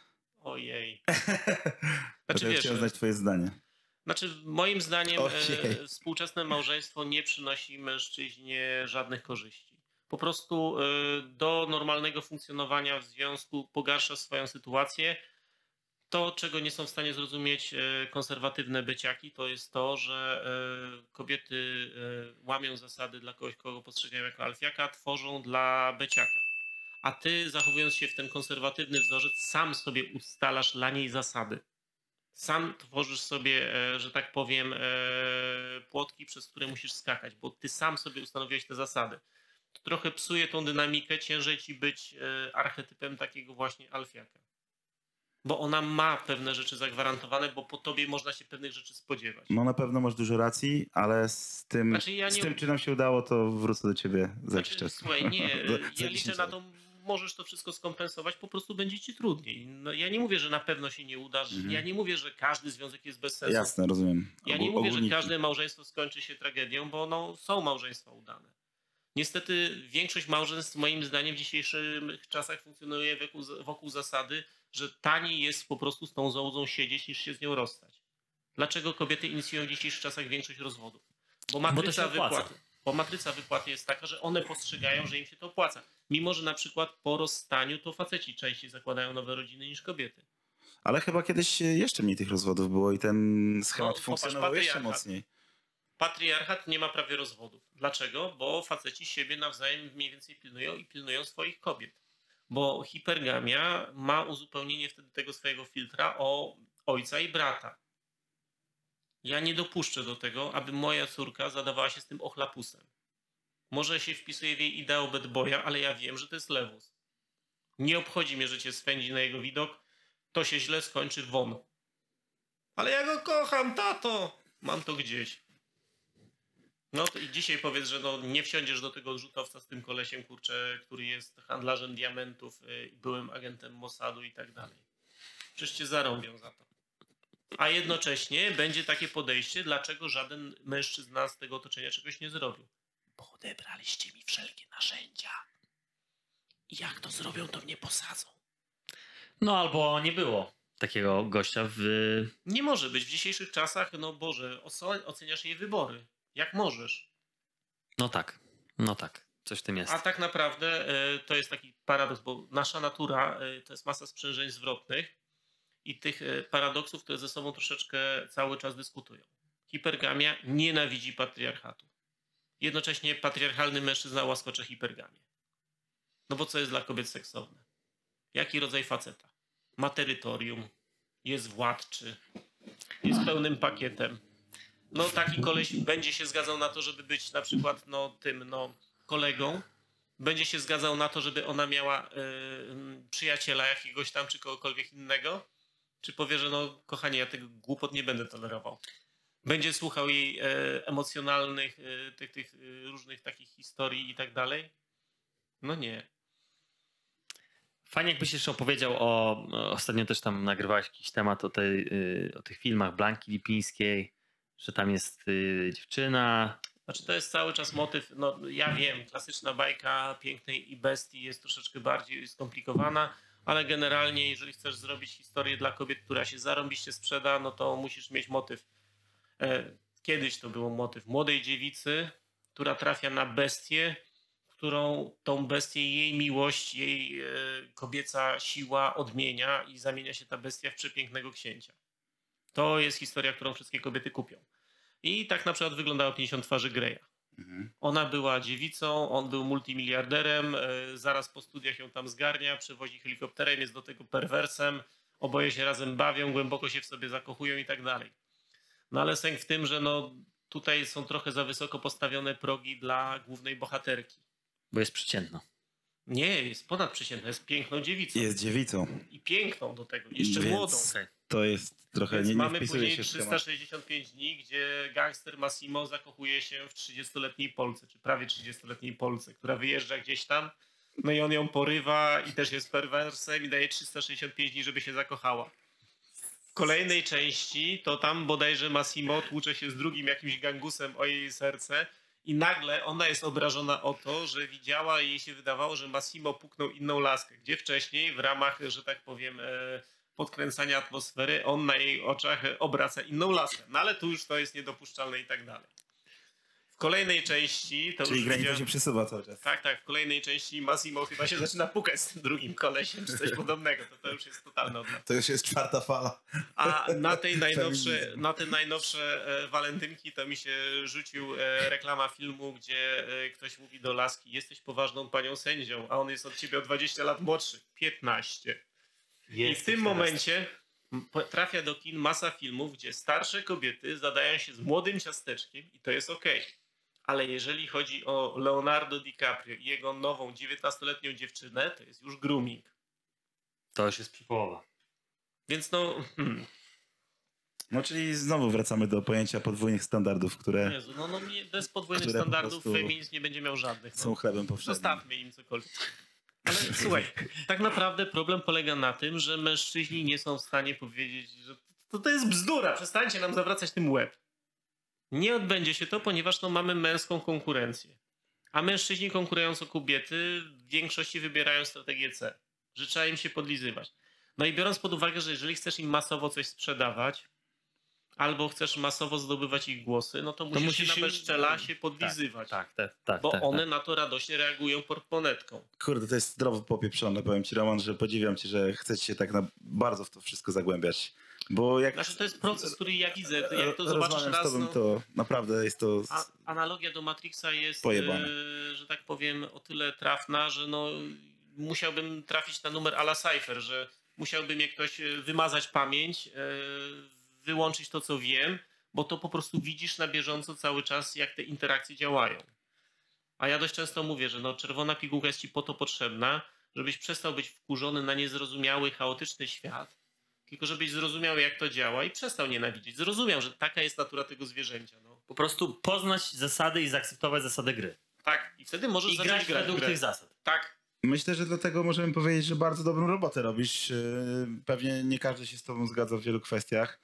Ojej. Znaczy, ja chciałem znać twoje zdanie. Znaczy, moim zdaniem Ojej. współczesne małżeństwo nie przynosi mężczyźnie żadnych korzyści. Po prostu do normalnego funkcjonowania w związku pogarsza swoją sytuację. To, czego nie są w stanie zrozumieć konserwatywne byciaki, to jest to, że kobiety łamią zasady dla kogoś, kogo postrzegają jako alfiaka, tworzą dla byciaka. A ty, zachowując się w ten konserwatywny wzorzec, sam sobie ustalasz dla niej zasady. Sam tworzysz sobie, że tak powiem, płotki, przez które musisz skakać, bo ty sam sobie ustanowiłeś te zasady. To trochę psuje tą dynamikę, ciężej ci być archetypem takiego właśnie alfiaka. Bo ona ma pewne rzeczy zagwarantowane, bo po tobie można się pewnych rzeczy spodziewać. No na pewno masz dużo racji, ale z tym, czy nam się udało, to wrócę do ciebie za jakiś czas. Słuchaj, nie, Za ja liczę 10 na lat. to, możesz to wszystko skompensować, po prostu będzie ci trudniej. No, ja nie mówię, że na pewno się nie uda, ja nie mówię, że każdy związek jest bez sensu. Jasne, rozumiem. Ja nie mówię, że każde małżeństwo skończy się tragedią, bo no, są małżeństwa udane. Niestety większość małżeństw moim zdaniem w dzisiejszych czasach funkcjonuje wokół zasady, że taniej jest po prostu z tą zołzą siedzieć niż się z nią rozstać. Dlaczego kobiety inicjują w dzisiejszych czasach większość rozwodów? Bo matryca wypłaty jest taka, że one postrzegają, że im się to opłaca. Mimo, że na przykład po rozstaniu to faceci częściej zakładają nowe rodziny niż kobiety. Ale chyba kiedyś jeszcze mniej tych rozwodów było i ten schemat funkcjonował jeszcze mocniej. Patriarchat nie ma prawie rozwodów. Dlaczego? Bo faceci siebie nawzajem mniej więcej pilnują i pilnują swoich kobiet. Bo hipergamia ma uzupełnienie wtedy tego swojego filtra o ojca i brata. Ja nie dopuszczę do tego, aby moja córka zadawała się z tym ochlapusem. Może się wpisuje w jej ideał bad boya, ale ja wiem, że to jest lewus. Nie obchodzi mnie, że cię swędzi na jego widok. To się źle skończy, won. Ale ja go kocham, tato! Mam to gdzieś. No to i dzisiaj powiedz, że no nie wsiądziesz do tego odrzutowca z tym kolesiem, kurczę, który jest handlarzem diamentów i byłym agentem Mossadu i tak dalej. Przecież cię zarąbią za to. A jednocześnie będzie takie podejście, dlaczego żaden mężczyzna z tego otoczenia czegoś nie zrobił. Bo odebraliście mi wszelkie narzędzia. I jak to zrobią, to mnie posadzą. No albo nie było takiego gościa w... Nie może być. W dzisiejszych czasach, no Boże, oceniasz jej wybory. Jak możesz. No tak. Coś w tym jest. A tak naprawdę to jest taki paradoks, bo nasza natura to jest masa sprzężeń zwrotnych i tych paradoksów, które ze sobą troszeczkę cały czas dyskutują. Hipergamia nienawidzi patriarchatu. Jednocześnie patriarchalny mężczyzna łaskocze hipergamię. No bo co jest dla kobiet seksowne? Jaki rodzaj faceta? Ma terytorium, jest władczy, jest pełnym pakietem. No taki koleś będzie się zgadzał na to, żeby być na przykład kolegą. Będzie się zgadzał na to, żeby ona miała przyjaciela jakiegoś tam, czy kogokolwiek innego. Czy powie, że no kochanie, ja tego głupot nie będę tolerował. Będzie słuchał jej emocjonalnych, tych różnych takich historii i tak dalej. No nie. Fajnie jakbyś jeszcze opowiedział ostatnio też tam nagrywałeś jakiś temat o tych filmach Blanki Lipińskiej, że tam jest dziewczyna. Znaczy to jest cały czas motyw, no ja wiem, klasyczna bajka Pięknej i Bestii jest troszeczkę bardziej skomplikowana, ale generalnie jeżeli chcesz zrobić historię dla kobiet, która się zarąbiście sprzeda, no to musisz mieć motyw. Kiedyś to był motyw młodej dziewicy, która trafia na bestię, którą tą bestię jej miłość, jej kobieca siła odmienia i zamienia się ta bestia w przepięknego księcia. To jest historia, którą wszystkie kobiety kupią. I tak na przykład wyglądało 50 twarzy Greya. Ona była dziewicą, on był multimiliarderem, zaraz po studiach ją tam zgarnia, przewozi helikopterem, jest do tego perwersem, oboje się razem bawią, głęboko się w sobie zakochują i tak dalej. No ale sęk w tym, że no tutaj są trochę za wysoko postawione progi dla głównej bohaterki. Bo jest przeciętna. Nie, jest ponadprzeciętna, jest piękną dziewicą. Jest dziewicą. I piękną do tego, jeszcze Więc młodą. To jest trochę Więc nie mamy wpisuje później się w 365 dni, gdzie gangster Massimo zakochuje się w 30-letniej Polce, czy prawie 30-letniej Polce, która wyjeżdża gdzieś tam, no i on ją porywa i też jest perwersem i daje 365 dni, żeby się zakochała. W kolejnej części to tam bodajże Massimo tłucze się z drugim jakimś gangusem o jej serce i nagle ona jest obrażona o to, że widziała i jej się wydawało, że Massimo puknął inną laskę, gdzie wcześniej w ramach, że tak powiem, podkręcania atmosfery, on na jej oczach obraca inną laskę. No ale tu już to jest niedopuszczalne i tak dalej. W kolejnej części... To Czyli już granica widziałem- się przesuwa cały czas. Tak, w kolejnej części Massimo chyba się zaczyna pukać z tym drugim kolesiem, czy coś podobnego. To już jest totalne odlot. To już jest 4. fala. A na te najnowsze walentynki to mi się rzucił reklama filmu, gdzie ktoś mówi do laski: jesteś poważną panią sędzią, a on jest od ciebie o 20 lat młodszy. 15. I w tym momencie trafia do kin masa filmów, gdzie starsze kobiety zadają się z młodym ciasteczkiem i to jest okej. Ale jeżeli chodzi o Leonardo DiCaprio i jego nową 19-letnią dziewczynę, to jest już grooming. To już jest przypołowa. Więc no... No czyli znowu wracamy do pojęcia podwójnych standardów, które Jezu, bez podwójnych które po standardów prostu feminizm nie będzie miał żadnych. są chlebem powszednim. Zostawmy im cokolwiek. Ale słuchaj, tak naprawdę problem polega na tym, że mężczyźni nie są w stanie powiedzieć, że to jest bzdura, przestańcie nam zawracać tym łeb. Nie odbędzie się to, ponieważ mamy męską konkurencję. A mężczyźni konkurując o kobiety w większości wybierają strategię C. Że trzeba im się podlizywać. No i biorąc pod uwagę, że jeżeli chcesz im masowo coś sprzedawać, albo chcesz masowo zdobywać ich głosy, no to musisz na bezczela się podlizywać. Tak. Bo one na to radośnie reagują portmonetką. Kurde, to jest zdrowo popieprzone, powiem ci, Roman, że podziwiam cię, że chcecie się tak bardzo w to wszystko zagłębiać. Bo jak Znaczy to jest proces, który ja widzę. Jak to zobaczysz rozmawiam raz, z tobą, to naprawdę jest to... analogia do Matrixa jest, Pojebane. że tak powiem, o tyle trafna, że musiałbym trafić na numer a la Cypher, że musiałby mnie ktoś wymazać pamięć, wyłączyć to, co wiem, bo to po prostu widzisz na bieżąco cały czas, jak te interakcje działają. A ja dość często mówię, że czerwona pigułka jest ci po to potrzebna, żebyś przestał być wkurzony na niezrozumiały, chaotyczny świat, tylko żebyś zrozumiał, jak to działa i przestał nienawidzieć. Zrozumiał, że taka jest natura tego zwierzęcia. Po prostu poznać zasady i zaakceptować zasady gry. Tak, i wtedy możesz I zacząć grać grać w według grę. tych zasad. Tak. Myślę, że dlatego możemy powiedzieć, że bardzo dobrą robotę robisz. Pewnie nie każdy się z tobą zgadza w wielu kwestiach,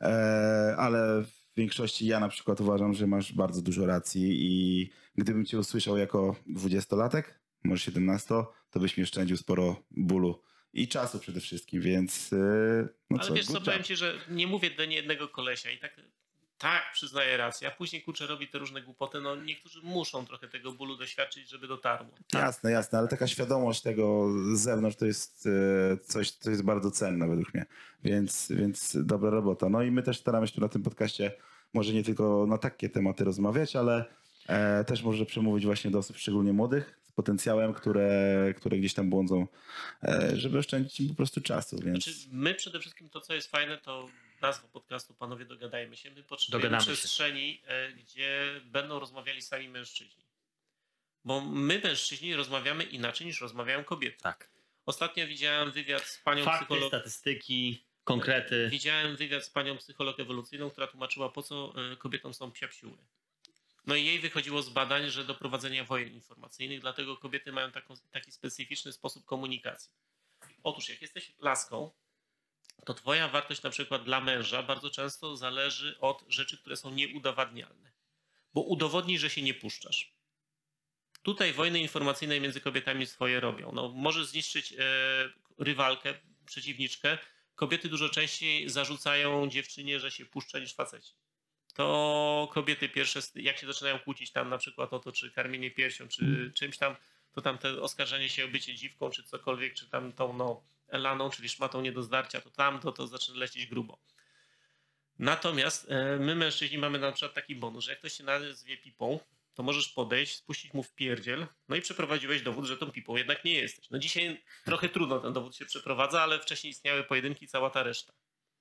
ale w większości ja na przykład uważam, że masz bardzo dużo racji i gdybym cię usłyszał jako 20-latek, może 17, to byś mi oszczędził sporo bólu i czasu przede wszystkim, więc Ale wiesz co, powiem ci, że nie mówię do niejednego kolesia i tak, przyznaję rację, a później robi te różne głupoty, niektórzy muszą trochę tego bólu doświadczyć, żeby dotarło. Jasne, ale taka świadomość tego z zewnątrz to jest coś, co jest bardzo cenne według mnie, więc dobra robota. No i my też staramy się tu na tym podcaście może nie tylko na takie tematy rozmawiać, ale też może przemówić właśnie do osób szczególnie młodych z potencjałem, które gdzieś tam błądzą, żeby oszczędzić im po prostu czasu. Więc... Znaczy, my przede wszystkim to, co jest fajne, to nazwa podcastu, panowie, dogadajmy się. My potrzebujemy Dogadamy przestrzeni, gdzie będą rozmawiali sami mężczyźni. Bo my, mężczyźni, rozmawiamy inaczej niż rozmawiają kobiety. Tak. Ostatnio widziałem wywiad z panią Fakty, psycholog. statystyki, konkrety. Widziałem wywiad z panią psycholog ewolucyjną, która tłumaczyła, po co kobietom są psiapsiury. No i jej wychodziło z badań, że do prowadzenia wojen informacyjnych, dlatego kobiety mają taki specyficzny sposób komunikacji. Otóż jak jesteś laską, to twoja wartość na przykład dla męża bardzo często zależy od rzeczy, które są nieudowadnialne. Bo udowodnij, że się nie puszczasz. Tutaj wojny informacyjne między kobietami swoje robią. Możesz zniszczyć rywalkę, przeciwniczkę. Kobiety dużo częściej zarzucają dziewczynie, że się puszcza niż faceci. To kobiety pierwsze, jak się zaczynają kłócić tam na przykład o to, czy karmienie piersią, czy czymś tam, to tam te oskarżenie się o bycie dziwką, czy cokolwiek, czy tam tą elaną, czyli szmatą nie do zdarcia, to zaczyna lecieć grubo. Natomiast my mężczyźni mamy na przykład taki bonus, że jak ktoś się nazwie pipą, to możesz podejść, spuścić mu w pierdziel, no i przeprowadziłeś dowód, że tą pipą jednak nie jesteś. No dzisiaj trochę trudno ten dowód się przeprowadza, ale wcześniej istniały pojedynki, cała ta reszta.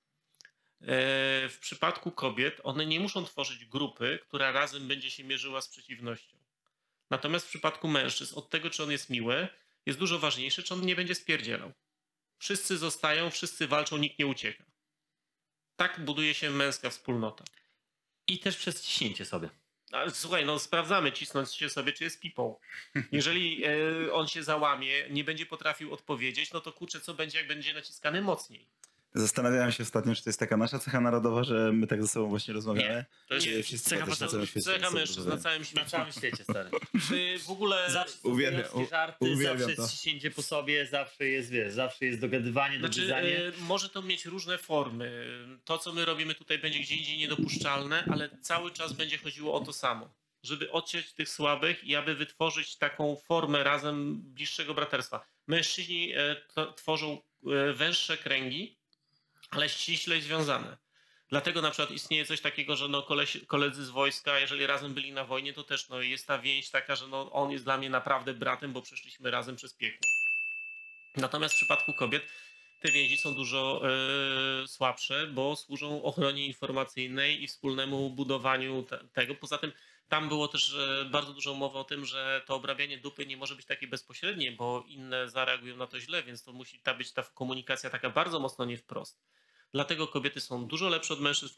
W przypadku kobiet one nie muszą tworzyć grupy, która razem będzie się mierzyła z przeciwnością. Natomiast w przypadku mężczyzn od tego, czy on jest miły, jest dużo ważniejsze, czy on nie będzie spierdzielał. Wszyscy zostają, wszyscy walczą, nikt nie ucieka. Tak buduje się męska wspólnota. I też przez ciśnięcie sobie. Ale słuchaj, sprawdzamy, cisnąc się sobie, czy jest pipą. Jeżeli on się załamie, nie będzie potrafił odpowiedzieć, no to kurczę, co będzie, jak będzie naciskany mocniej? Zastanawiałem się ostatnio, czy to jest taka nasza cecha narodowa, że my tak ze sobą właśnie rozmawiamy. To jest Czy wszyscy cecha też na całym świecie Cecha tak sobie mężczyzn na rozmawiają? całym Na świecie. całym świecie, stary. W ogóle Zawsze są Uwielbiam- gejowskie żarty, uwielbiam zawsze to. jest ciśnięcie po sobie, zawsze jest, wiesz, zawsze jest dogadywanie, Znaczy, dogryzanie. może to mieć różne formy. To, co my robimy tutaj, będzie gdzie indziej niedopuszczalne, ale cały czas będzie chodziło o to samo. Żeby odciąć tych słabych i aby wytworzyć taką formę razem bliższego braterstwa. Mężczyźni tworzą węższe kręgi, ale ściśle związane. Dlatego na przykład istnieje coś takiego, że no koledzy z wojska, jeżeli razem byli na wojnie, to też no, jest ta więź taka, że no, on jest dla mnie naprawdę bratem, bo przeszliśmy razem przez piekło. Natomiast w przypadku kobiet te więzi są dużo słabsze, bo służą ochronie informacyjnej i wspólnemu budowaniu tego. Poza tym tam było też bardzo dużo mowy o tym, że to obrabianie dupy nie może być takie bezpośrednie, bo inne zareagują na to źle, więc to musi być ta komunikacja taka bardzo mocno nie wprost. Dlatego kobiety są dużo lepsze od mężczyzn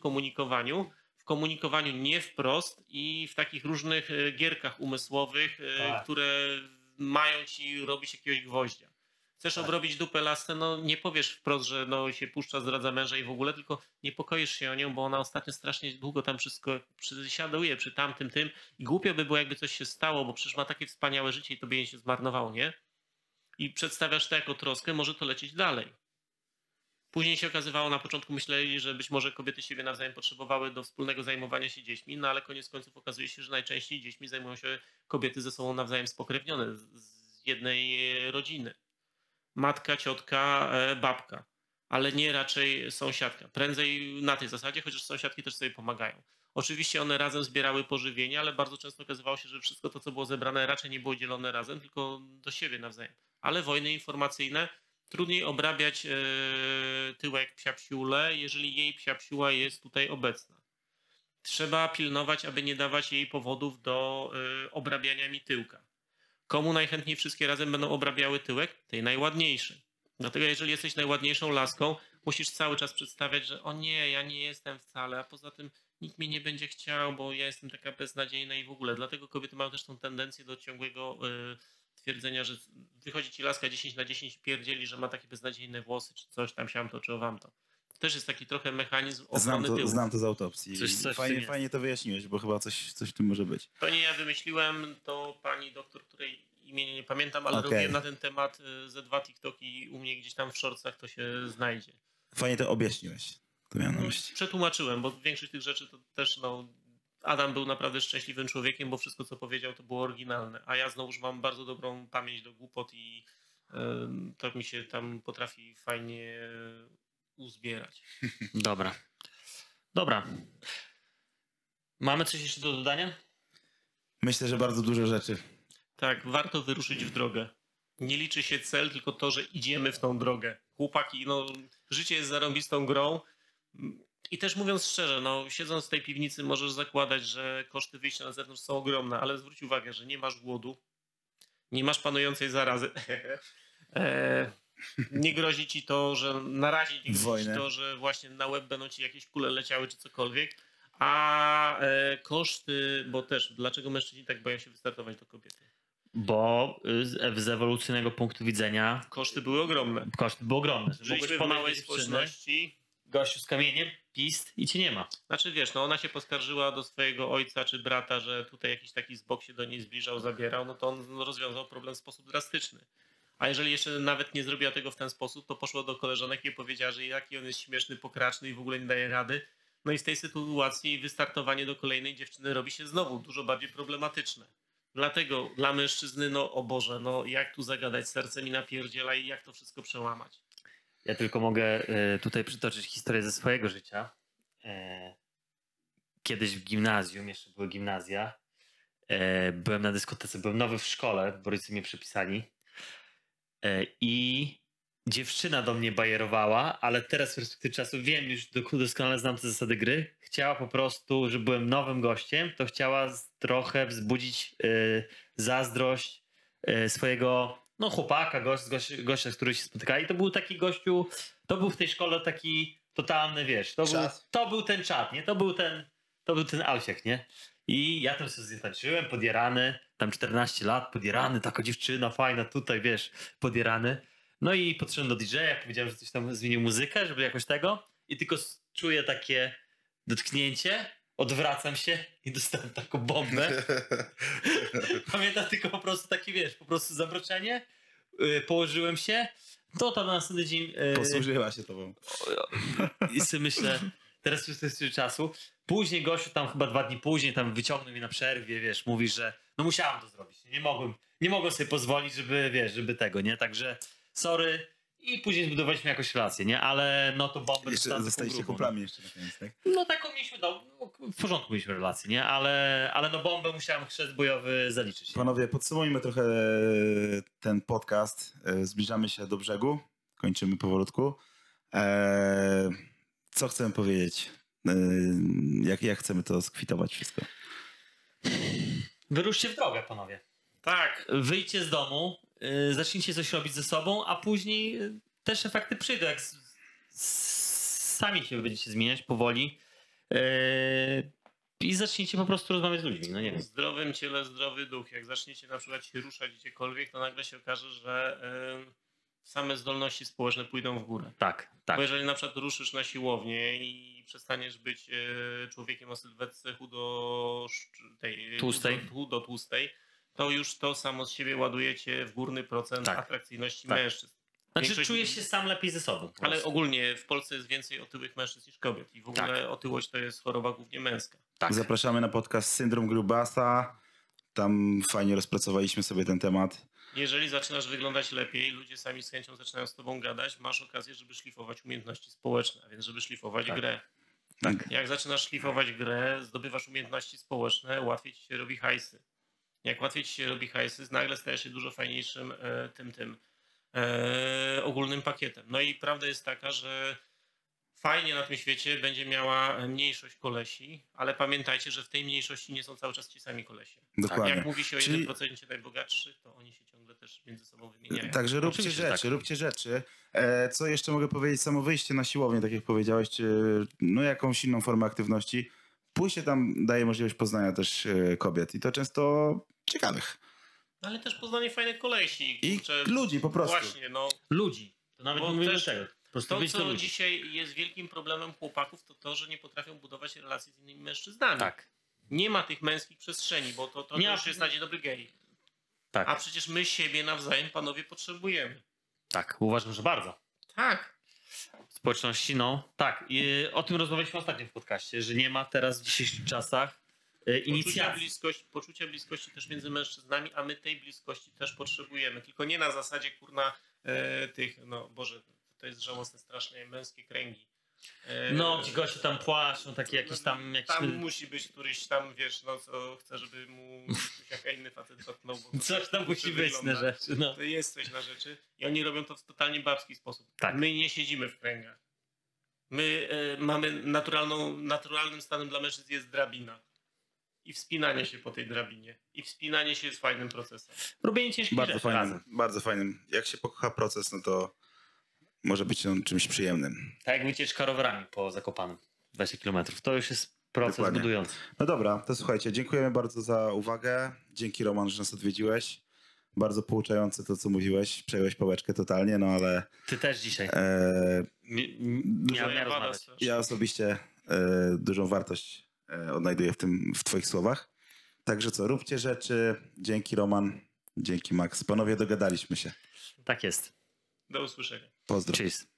w komunikowaniu nie wprost i w takich różnych gierkach umysłowych, Tak. które mają ci robić jakiegoś gwoździa. Chcesz obrobić dupę lasce, no nie powiesz wprost, że no się puszcza, zdradza męża i w ogóle, tylko niepokoisz się o nią, bo ona ostatnio strasznie długo tam wszystko przysiaduje przy tamtym, tym i głupio by było, jakby coś się stało, bo przecież ma takie wspaniałe życie i tobie jej się zmarnowało, nie? I przedstawiasz to jako troskę, może to lecieć dalej. Później się okazywało, na początku myśleli, że być może kobiety siebie nawzajem potrzebowały do wspólnego zajmowania się dziećmi, no ale koniec końców okazuje się, że najczęściej dziećmi zajmują się kobiety ze sobą nawzajem spokrewnione z jednej rodziny. Matka, ciotka, babka, ale nie raczej sąsiadka. Prędzej na tej zasadzie, chociaż sąsiadki też sobie pomagają. Oczywiście one razem zbierały pożywienie, ale bardzo często okazywało się, że wszystko to, co było zebrane, raczej nie było dzielone razem, tylko do siebie nawzajem. Ale wojny informacyjne trudniej obrabiać tyłek psiapsiule, jeżeli jej psiapsiula jest tutaj obecna. Trzeba pilnować, aby nie dawać jej powodów do obrabiania mi tyłka. Komu najchętniej wszystkie razem będą obrabiały tyłek? Tej najładniejszej. Dlatego jeżeli jesteś najładniejszą laską, musisz cały czas przedstawiać, że o nie, ja nie jestem wcale, a poza tym nikt mnie nie będzie chciał, bo ja jestem taka beznadziejna i w ogóle. Dlatego kobiety mają też tą tendencję do ciągłego twierdzenia, że wychodzi ci laska 10/10 i pierdzieli, że ma takie beznadziejne włosy, czy coś tam, siam to, czy owam to. To też jest taki trochę mechanizm ochrony tyłu. Znam to z autopsji. Coś w tym Fajnie to wyjaśniłeś, bo chyba coś w tym może być. To nie ja wymyśliłem, to pani doktor, której imienia nie pamiętam, ale Okej. robiłem na ten temat ze 2 TikToki u mnie gdzieś tam w shortsach to się znajdzie. Fajnie to objaśniłeś. To miałem na myśli. Przetłumaczyłem, bo większość tych rzeczy to też no, Adam był naprawdę szczęśliwym człowiekiem, bo wszystko co powiedział to było oryginalne, a ja znowuż mam bardzo dobrą pamięć do głupot i to mi się tam potrafi fajnie uzbierać. Dobra. Mamy coś jeszcze do dodania? Myślę, że bardzo dużo rzeczy. Tak, warto wyruszyć w drogę. Nie liczy się cel, tylko to, że idziemy w tą drogę. Chłopaki, no życie jest zarąbistą grą. I też mówiąc szczerze, no siedząc w tej piwnicy możesz zakładać, że koszty wyjścia na zewnątrz są ogromne, ale zwróć uwagę, że nie masz głodu, nie masz panującej zarazy. Nie grozi ci to, że na razie nie grozi ci to, że właśnie na łeb będą ci jakieś kule leciały czy cokolwiek, a koszty, bo też dlaczego mężczyźni tak boją się wystartować do kobiety? Bo z ewolucyjnego punktu widzenia Koszty były ogromne. koszty były ogromne. Żyliśmy w małej społeczności. Gościu z kamieniem, pist i cię nie ma. Znaczy wiesz, no ona się poskarżyła do swojego ojca czy brata, że tutaj jakiś taki zbok się do niej zbliżał, zabierał, no to on rozwiązał problem w sposób drastyczny. A jeżeli jeszcze nawet nie zrobiła tego w ten sposób, to poszła do koleżanek i powiedziała, że jaki on jest śmieszny, pokraczny i w ogóle nie daje rady. No i z tej sytuacji wystartowanie do kolejnej dziewczyny robi się znowu dużo bardziej problematyczne. Dlatego dla mężczyzny, no o Boże, no jak tu zagadać, serce mi napierdziela i jak to wszystko przełamać. Ja tylko mogę tutaj przytoczyć historię ze swojego życia. Kiedyś w gimnazjum, jeszcze były gimnazja, byłem na dyskotece, byłem nowy w szkole, bo rodzice mnie przepisali i dziewczyna do mnie bajerowała, ale teraz w perspektywie czasu wiem, już doskonale znam te zasady gry. Chciała po prostu, że byłem nowym gościem, to chciała trochę wzbudzić zazdrość swojego chłopaka, gościa, z którym się spotykali. To był taki gościu, to był w tej szkole taki totalny, wiesz, to był ten czat, nie? To był ten Alsiek, nie? I ja tam sobie zjetaczyłem, podjarany, tam 14 lat, podjarany, taka dziewczyna fajna tutaj, wiesz, podjarany. No i podszedłem do DJ-a, powiedziałem, że coś tam zmienił muzykę, żeby jakoś tego i tylko czuję takie dotknięcie, odwracam się i dostałem taką bombę. Pamiętam tylko po prostu takie, wiesz, po prostu zamroczenie, położyłem się, to tam na następny dzień... Posłużyła się tobą. I sobie myślę, teraz już to jest czasu. Później gościu tam chyba 2 dni później tam wyciągnął mnie na przerwie, wiesz, mówi, że no musiałem to zrobić. Nie mogłem sobie pozwolić, żeby, wiesz, żeby tego, nie? Także sorry. I później zbudowaliśmy jakąś relację, nie? Ale no to bombę Jeszcze zostaliście kumplami jeszcze na koniec, tak? No taką mieliśmy, w porządku mieliśmy relację, nie? Ale no bombę musiałem chrzest bojowy zaliczyć. Panowie, podsumujmy trochę ten podcast. Zbliżamy się do brzegu. Kończymy powolutku. Co chcemy powiedzieć? Jak chcemy to skwitować wszystko? Wyruszcie w drogę, panowie. Tak. Wyjdźcie z domu, zacznijcie coś robić ze sobą, a później też efekty przyjdą, jak sami się będziecie zmieniać powoli i zacznijcie po prostu rozmawiać z ludźmi, no nie wiem. W zdrowym ciele zdrowy duch. Jak zaczniecie na przykład się ruszać gdziekolwiek, to nagle się okaże, że same zdolności społeczne pójdą w górę. Tak, tak. Bo jeżeli na przykład ruszysz na siłownię i przestaniesz być człowiekiem o sylwetce tłustej, to już to samo z siebie ładujecie w górny procent atrakcyjności mężczyzn. Znaczy czujesz się sam lepiej ze sobą. Ale ogólnie w Polsce jest więcej otyłych mężczyzn niż kobiet i w ogóle otyłość to jest choroba głównie męska. Tak. Zapraszamy na podcast Syndrom Grubasa. Tam fajnie rozpracowaliśmy sobie ten temat. Jeżeli zaczynasz wyglądać lepiej, ludzie sami z chęcią zaczynają z tobą gadać, masz okazję, żeby szlifować umiejętności społeczne, a więc żeby szlifować grę. Tak. Jak zaczynasz szlifować grę, zdobywasz umiejętności społeczne, łatwiej ci się robi hajsy. Jak łatwiej ci się robi hajsy, nagle stajesz się dużo fajniejszym ogólnym pakietem. No i prawda jest taka, że fajnie na tym świecie będzie miała mniejszość kolesi, ale pamiętajcie, że w tej mniejszości nie są cały czas ci sami kolesie. Dokładnie. Jak mówi się o 1% najbogatszych, to oni się ciągle też między sobą wymieniają. Także róbcie rzeczy. Co jeszcze mogę powiedzieć? Samo wyjście na siłownię, tak jak powiedziałeś, czy no jakąś inną formę aktywności. Pójście tam daje możliwość poznania też kobiet i to często ciekawych. Ale też poznanie fajnych kolesi. I ludzi po prostu. Właśnie, no. Ludzi. To nawet nie mówimy tego. To, co dzisiaj jest wielkim problemem chłopaków, to to, że nie potrafią budować relacji z innymi mężczyznami. Tak. Nie ma tych męskich przestrzeni, bo to już jest na dzień dobry gej. Tak. A przecież my siebie nawzajem, panowie, potrzebujemy. Tak, uważam, że bardzo. Tak. Społeczności, no. Tak. I o tym rozmawialiśmy ostatnio w podcaście, że nie ma teraz w dzisiejszych czasach inicjacji. Poczucia bliskości też między mężczyznami, a my tej bliskości też potrzebujemy. Tylko nie na zasadzie, tych, no Boże, to jest żałosne, straszne, męskie kręgi. No, ci goście tam płaszczą, takie jakieś tam... Tam musi być któryś tam, wiesz, no co chce, żeby mu jaka inny facet dotknął. Bo coś tam musi być na rzeczy, no. To jest coś na rzeczy i oni robią to w totalnie babski sposób. Tak. My nie siedzimy w kręgach. My mamy naturalnym stanem dla mężczyzn jest drabina. I wspinanie się po tej drabinie. I wspinanie się jest fajnym procesem. Robienie ciężkich rzeczy razem. Bardzo fajnym. Jak się pokocha proces, no to może być on czymś przyjemnym. Tak jak wycieczka rowerami po Zakopanem. 20 km. To już jest proces budujący. No dobra, to słuchajcie, dziękujemy bardzo za uwagę. Dzięki, Roman, że nas odwiedziłeś. Bardzo pouczające to, co mówiłeś. Przejąłeś pałeczkę totalnie, no ale... Ty też dzisiaj. Ja osobiście dużą wartość odnajduję w twoich słowach. Także co, róbcie rzeczy. Dzięki, Roman. Dzięki, Max. Panowie, dogadaliśmy się. Tak jest. Do usłyszenia. Pozdro. Cheers.